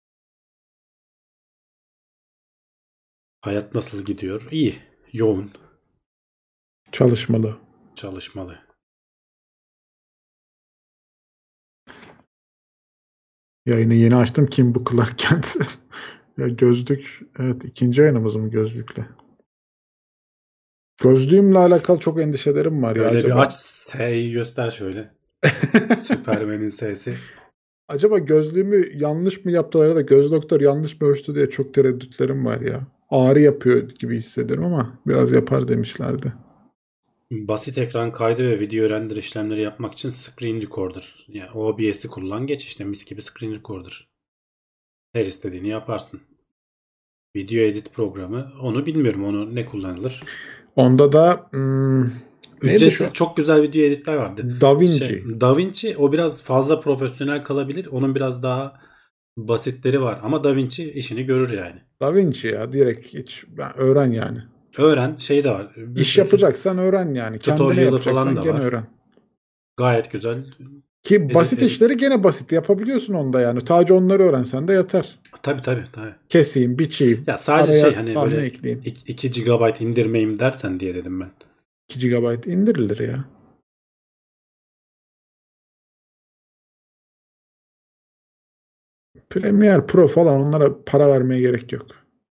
Hayat nasıl gidiyor? İyi. Yoğun. Çalışmalı. Çalışmalı. Yayını yeni açtım. Kim bu Clark Kent? Ya gözlük. Evet, ikinci yayınımız mı gözlükle? Gözlüğümle alakalı çok endişelerim var ya. Öyle Acaba bir aç S'yi göster şöyle. Süpermen'in S'si. acaba gözlüğümü yanlış mı yaptılar ya da göz doktor yanlış mı ölçtü diye çok tereddütlerim var ya. Ağrı yapıyor gibi hissediyorum ama biraz yapar demişlerdi. Basit ekran kaydı ve video render işlemleri yapmak için Screen Recorder. Yani O B S'i kullan geç işte, mis gibi Screen Recorder. Her istediğini yaparsın. Video edit programı. Onu bilmiyorum. Onu ne kullanılır? Onda da hmm, neydi Ücretsiz şu? çok güzel video editler vardı. DaVinci. Şey, DaVinci o biraz fazla profesyonel kalabilir. Onun biraz daha basitleri var. Ama DaVinci işini görür yani. DaVinci ya direkt hiç ben öğren yani. Öğren. Şey de var. Bir İş sürü yapacaksan öğren yani. Kendine tutorial'ı falan yapacaksan da gene var. öğren. Gayet güzel. Ki basit Edit, işleri edit. gene basit yapabiliyorsun onda yani. Sadece onları öğrensen de yeter. Tabii tabii tabii. Keseyim, biçeyim, Ya sadece araya şey hani sahne böyle ekleyeyim. iki gigabayt indirmeyeyim dersen diye dedim ben. iki gigabayt indirilir ya. Premiere Pro falan onlara para vermeye gerek yok.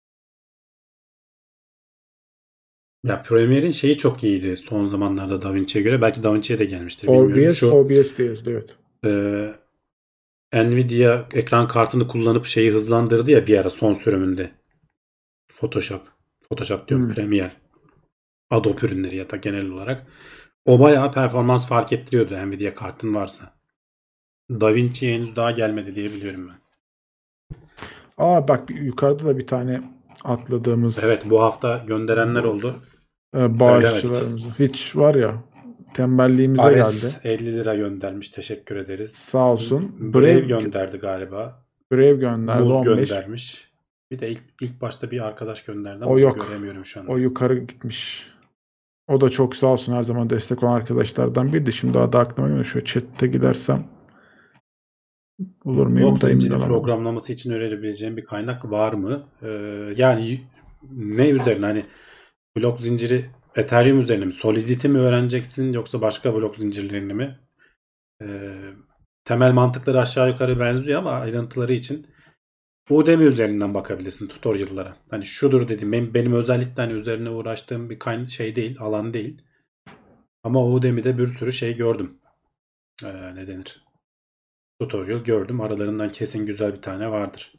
Ya Premiere'in şeyi çok iyiydi son zamanlarda DaVinci'ye göre. Belki DaVinci'ye de gelmiştir bilmiyorum. O B S, Şu O B S diye yazılıyor, evet. e, Nvidia ekran kartını kullanıp şeyi hızlandırdı ya bir ara son sürümünde. Photoshop. Photoshop diyorum, Hmm. Premiere. Adobe ürünleri ya da genel olarak. O bayağı performans fark ettiriyordu Nvidia kartın varsa. DaVinci'ye henüz daha gelmedi diye biliyorum ben. Aa bak, bir- yukarıda da bir tane atladığımız Evet, bu hafta gönderenler oldu. e, bağışçılarımız. Hiç var ya, tembelliğimize Ares geldi. elli lira göndermiş. Teşekkür ederiz. Sağ olsun. Brave Brave, gönderdi galiba. Brave gönderdi Muz on beş. göndermiş. Bir de ilk ilk başta bir arkadaş gönderdi ama O onu yok. göremiyorum şu anda. O yukarı gitmiş. O da çok sağ olsun, her zaman destek olan arkadaşlardan biriydi. Şimdi daha da aklıma gelmiyor. Şöyle chat'te gidersem bulur muyum Blok da emin zinciri olamadım. programlaması için önerebileceğim bir kaynak var mı? Ee, yani ne üzerine, hani blok zinciri Ethereum üzerine mi? Solidity mi öğreneceksin yoksa başka blok zincirlerini mi? Ee, temel mantıkları aşağı yukarı benziyor ama ayrıntıları için Udemy üzerinden bakabilirsin tutorial'lara. Hani şudur dedim. Benim, benim özellikle hani üzerine uğraştığım bir kayn şey değil, alan değil. Ama Udemy'de bir sürü şey gördüm. Ee, ne denir? Tutorial gördüm. Aralarından kesin güzel bir tane vardır.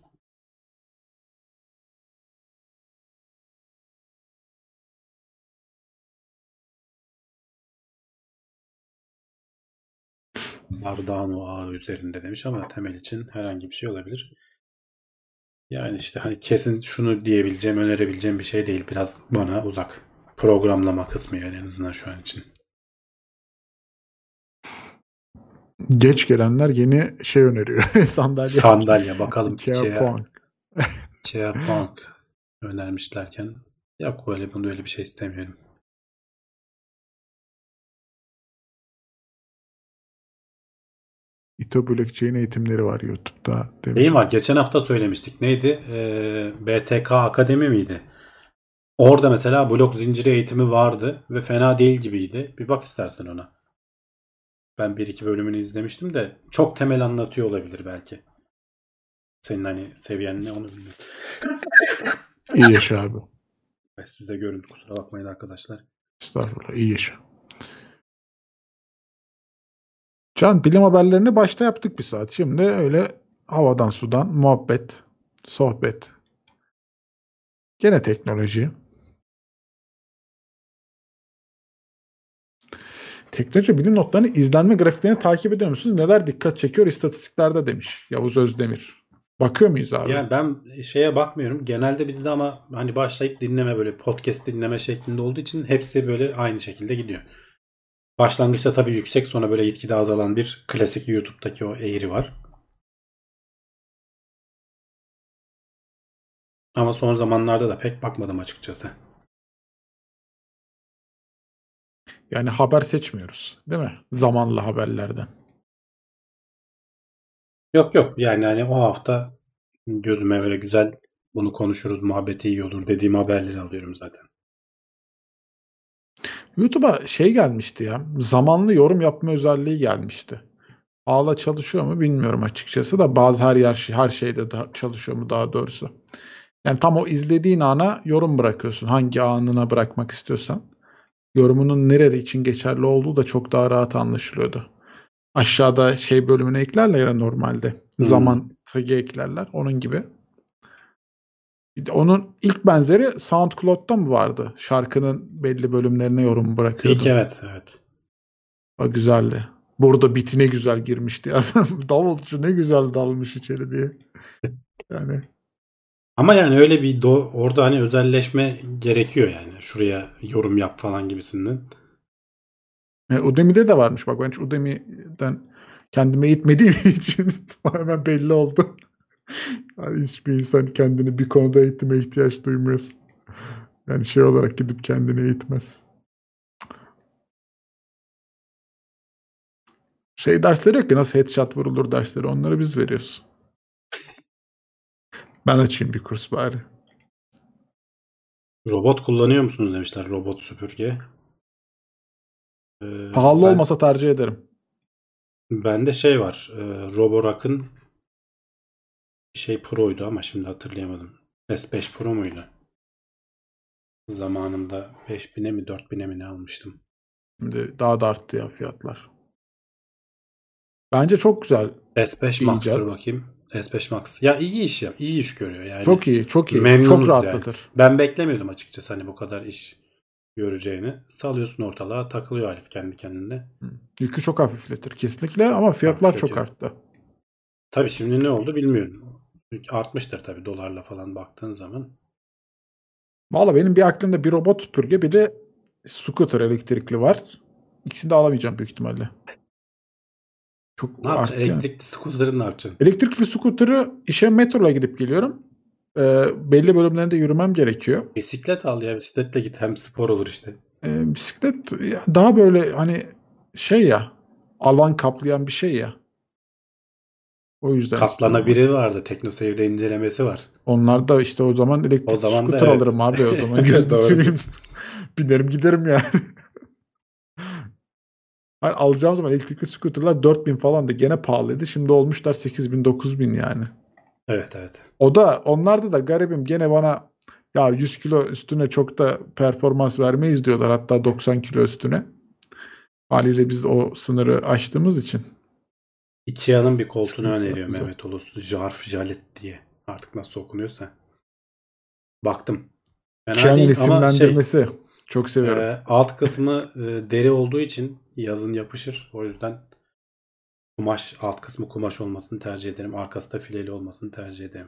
Cardano ağı üzerinde demiş ama temel için herhangi bir şey olabilir. Yani işte hani kesin şunu diyebileceğim, önerebileceğim bir şey değil. Biraz bana uzak. Programlama kısmı yani en azından şu an için. Geç gelenler yeni şey öneriyor. Sandalye. Sandalye bakalım Ikea Ikea, Punk. Ikea Punk önermişlerken yok böyle bunu öyle bir şey istemiyorum. İTO Blockchain eğitimleri var YouTube'da demiş. Neyim var? Geçen hafta söylemiştik. Neydi? Ee, B T K Akademi miydi? Orada mesela blok zinciri eğitimi vardı ve fena değil gibiydi. Bir bak istersen ona. Ben bir iki bölümünü izlemiştim de çok temel anlatıyor olabilir belki. Senin hani seviyen ne onu bilmiyorum. İyi yaşa abi. Siz de görün, kusura bakmayın arkadaşlar. Estağfurullah, iyi yaşa. Can, bilim haberlerini başta yaptık bir saat. Şimdi öyle havadan sudan muhabbet, sohbet. Gene teknoloji. Teknoloji bilim notlarını, izlenme grafiklerini takip ediyor musunuz? Neler dikkat çekiyor istatistiklerde demiş Yavuz Özdemir. Bakıyor muyuz abi? Yani ben şeye bakmıyorum. Genelde bizde ama hani başlayıp dinleme, böyle podcast dinleme şeklinde olduğu için hepsi böyle aynı şekilde gidiyor. Başlangıçta tabii yüksek, sonra böyle gitgide azalan bir klasik YouTube'daki o eğri var. Ama son zamanlarda da pek bakmadım açıkçası. Yani haber seçmiyoruz, değil mi? Zamanlı haberlerden. Yok yok, yani hani o hafta gözüme böyle güzel bunu konuşuruz, muhabbeti iyi olur dediğim haberleri alıyorum zaten. YouTube'a şey gelmişti ya. Zamanlı yorum yapma özelliği gelmişti. Hala çalışıyor mu bilmiyorum açıkçası da bazı her yer her şeyde da çalışıyor mu daha doğrusu. Yani tam o izlediğin ana yorum bırakıyorsun. Hangi anına bırakmak istiyorsan. Yorumunun nerede için geçerli olduğu da çok daha rahat anlaşılıyordu. Aşağıda şey bölümüne eklerler ya normalde. Hmm. Zaman tag'i eklerler. Onun gibi. Bir de onun ilk benzeri SoundCloud'da mı vardı? Şarkının belli bölümlerine yorum bırakıyordu. İlk evet evet. O güzeldi. Burada biti ne güzel girmişti. Adam davulcu ne güzel dalmış içeri diye. Yani Ama yani öyle bir do- orada hani özelleşme gerekiyor yani. Şuraya yorum yap falan gibisinden. e, Udemy'de de varmış. Bak ben hiç Udemy'den kendime eğitmediğim için hemen belli oldu. Yani hiçbir insan kendini bir konuda eğitime ihtiyaç duymaz. Yani şey olarak gidip kendini eğitmez. Şey dersleri yok ki, nasıl headshot vurulur dersleri, onları biz veriyoruz. Ben açayım bir kurs bari. Robot kullanıyor musunuz demişler, robot süpürge. Ee, Pahalı ben, olmasa tercih ederim. bende şey var. E, Roborock'ın bir şey Pro'ydu ama şimdi hatırlayamadım. S beş Pro muydu? Zamanında beş bine mi dört bine mi ne almıştım. Şimdi daha da arttı ya fiyatlar. Bence çok güzel. S beş bir Max'tır icat. bakayım. S beş Max. Ya iyi iş ya. İyi iş görüyor yani. Çok iyi, çok iyi. Memnunuz Çok yani. rahatlatır. Ben beklemiyordum açıkçası hani bu kadar iş göreceğini. Salıyorsun ortalığa, takılıyor alet kendi kendine. Hı. Yükü çok hafifletir kesinlikle ama fiyatlar çok Hafifletiyor. arttı. Tabii şimdi ne oldu bilmiyorum. Artmıştır tabii dolarla falan baktığın zaman. Valla benim bir aklımda bir robot süpürge, bir de scooter elektrikli var. İkisini de alamayacağım büyük ihtimalle. Çok Ne yapacaksın? arttı yani. Elektrikli scooter'ı ne yapacaksın? Elektrikli scooter'ı işe metroyla gidip geliyorum. Ee, belli bölümlerinde yürümem gerekiyor. Bisiklet al ya. Bisikletle git. Hem spor olur işte. Ee, bisiklet ya daha böyle hani şey ya, alan kaplayan bir şey ya. O yüzden Katlana istedim. biri vardı. TeknoSeyir'de incelemesi var. Onlar da işte o zaman elektrikli O zaman da scooter evet. alırım abi o zaman. Gözünü Doğru seveyim. diyorsun. Binerim giderim yani. Hani alacağım zaman elektrikli scooterlar dört bin falan da gene pahalıydı. Şimdi olmuşlar sekiz bin dokuz bin yani. Evet evet. O da onlarda da garibim gene bana ya yüz kilo üstüne çok da performans vermeyiz diyorlar. Hatta doksan kilo üstüne. Haliyle biz o sınırı aştığımız için. Ikea'nın bir koltuğunu Sıkıntılar öneriyor bize. Mehmet Ulus. Jarf Jalet diye. Artık nasıl okunuyorsa. Baktım. Fena Ikea'nın değil ama şey isimlendirmesi çok seviyorum. e, alt kısmı e, deri olduğu için yazın yapışır. O yüzden kumaş, alt kısmı kumaş olmasını tercih ederim. Arkası da fileli olmasını tercih ederim.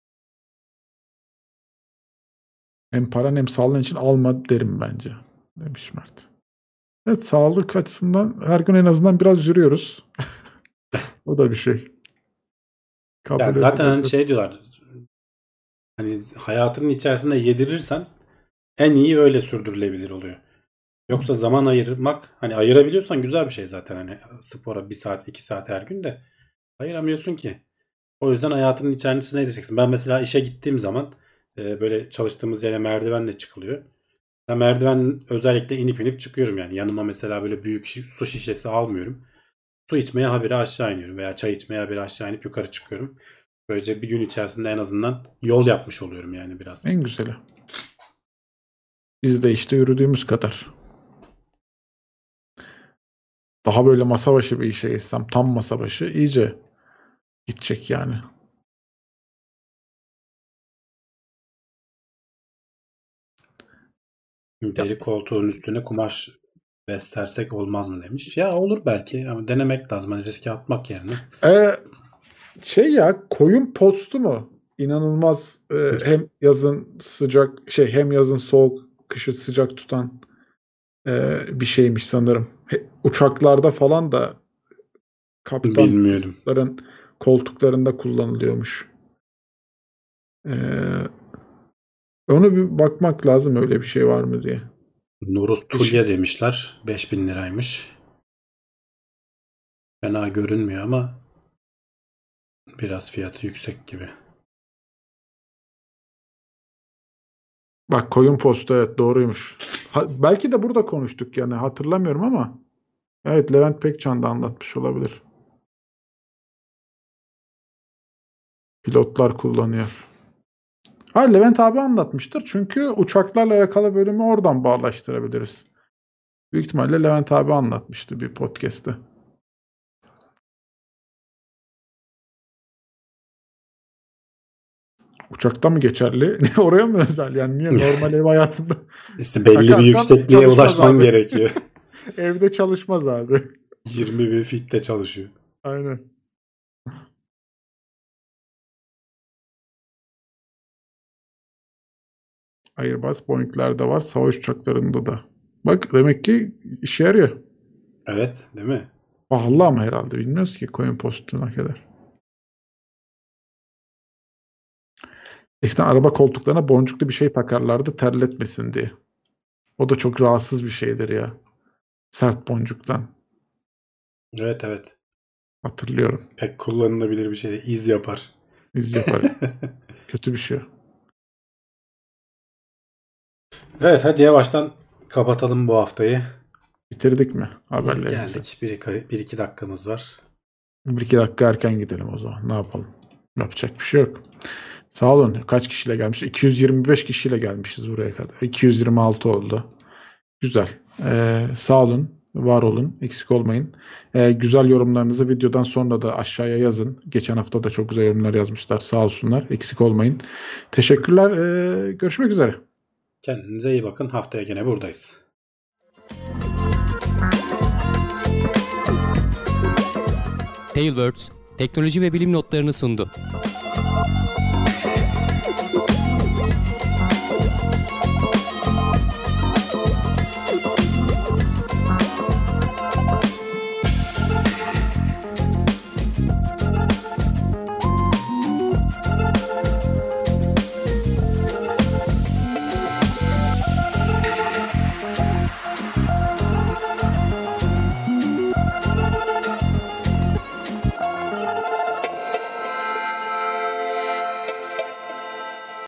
Hem paran hem sağlığın için alma derim bence. Demiş Mert. Evet, sağlık açısından her gün en azından biraz yürüyoruz. O da bir şey. Kabul Yani zaten hani edilebilir. şey diyorlar. Hani hayatının içerisinde yedirirsen en iyi öyle sürdürülebilir oluyor. Yoksa zaman ayırmak, hani ayırabiliyorsan güzel bir şey zaten, hani spora bir saat iki saat her gün de ayıramıyorsun ki. O yüzden hayatının içerisine edeceksin. Ben mesela işe gittiğim zaman e, böyle çalıştığımız yere merdivenle çıkılıyor. Ben merdiven özellikle inip inip çıkıyorum yani. Yanıma mesela böyle büyük şi- su şişesi almıyorum. Su içmeye habire aşağı iniyorum veya çay içmeye habire aşağı inip yukarı çıkıyorum. Böylece bir gün içerisinde en azından yol yapmış oluyorum yani biraz. En güzeli. Biz de işte yürüdüğümüz kadar. Daha böyle masa başı bir işe geçsem, tam masa başı iyice gidecek yani. Ya, Deri koltuğun üstüne kumaş bestersek olmaz mı demiş. Ya olur belki ama denemek lazım. Hani riske atmak yerine. e, şey ya koyun postu mu? İnanılmaz e, hem yazın sıcak şey hem yazın soğuk, kışı sıcak tutan e, bir şeymiş sanırım. He- uçaklarda falan da kaptan Bilmiyorum. pilotların koltuklarında kullanılıyormuş. E, onu bir bakmak lazım öyle bir şey var mı diye. Norus Eşi- Tulya demişler. beş bin liraymış. Fena görünmüyor ama biraz fiyatı yüksek gibi. Bak koyun postu evet doğruymuş. Ha, belki de burada konuştuk yani hatırlamıyorum ama evet Levent Pekcan da anlatmış olabilir. Pilotlar kullanıyor. Ha Levent abi anlatmıştır çünkü uçaklarla alakalı bölümü oradan bağlaştırabiliriz. Büyük ihtimalle Levent abi anlatmıştı bir podcast'te. Uçakta mı geçerli? Oraya mı özel yani niye normal ev hayatında İşte belli bir takarsan yüksekliğe çalışmaz ulaşman abi. gerekiyor. Evde çalışmaz abi. yirmi bin fitte çalışıyor. Aynen. Airbus Boeing'lerde var, savaş uçaklarında da. Bak demek ki işe yarıyor. Evet, değil mi? Pahalı ama herhalde bilmiyoruz ki coin postuna kadar. İşte araba koltuklarına boncuklu bir şey takarlardı terletmesin diye. O da çok rahatsız bir şeydir ya. Sert boncuktan. Evet evet. Hatırlıyorum. Pek kullanılabilir bir şey değil. İz yapar. İz yapar. Kötü bir şey. Evet, hadi yavaştan kapatalım bu haftayı. Bitirdik mi haberlerimizi? Geldik. Bir iki, bir iki dakikamız var. Bir iki dakika erken gidelim o zaman. Ne yapalım? Yapacak bir şey yok. Sağ olun. Kaç kişiyle gelmiş? iki yüz yirmi beş kişiyle gelmişiz buraya kadar. iki yüz yirmi altı oldu. Güzel. Ee, sağ olun. Var olun. Eksik olmayın. Ee, güzel yorumlarınızı videodan sonra da aşağıya yazın. Geçen hafta da çok güzel yorumlar yazmışlar. Sağ olsunlar. Eksik olmayın. Teşekkürler. Ee, görüşmek üzere. Kendinize iyi bakın. Haftaya gene buradayız. Tailwords, teknoloji ve bilim notlarını sundu.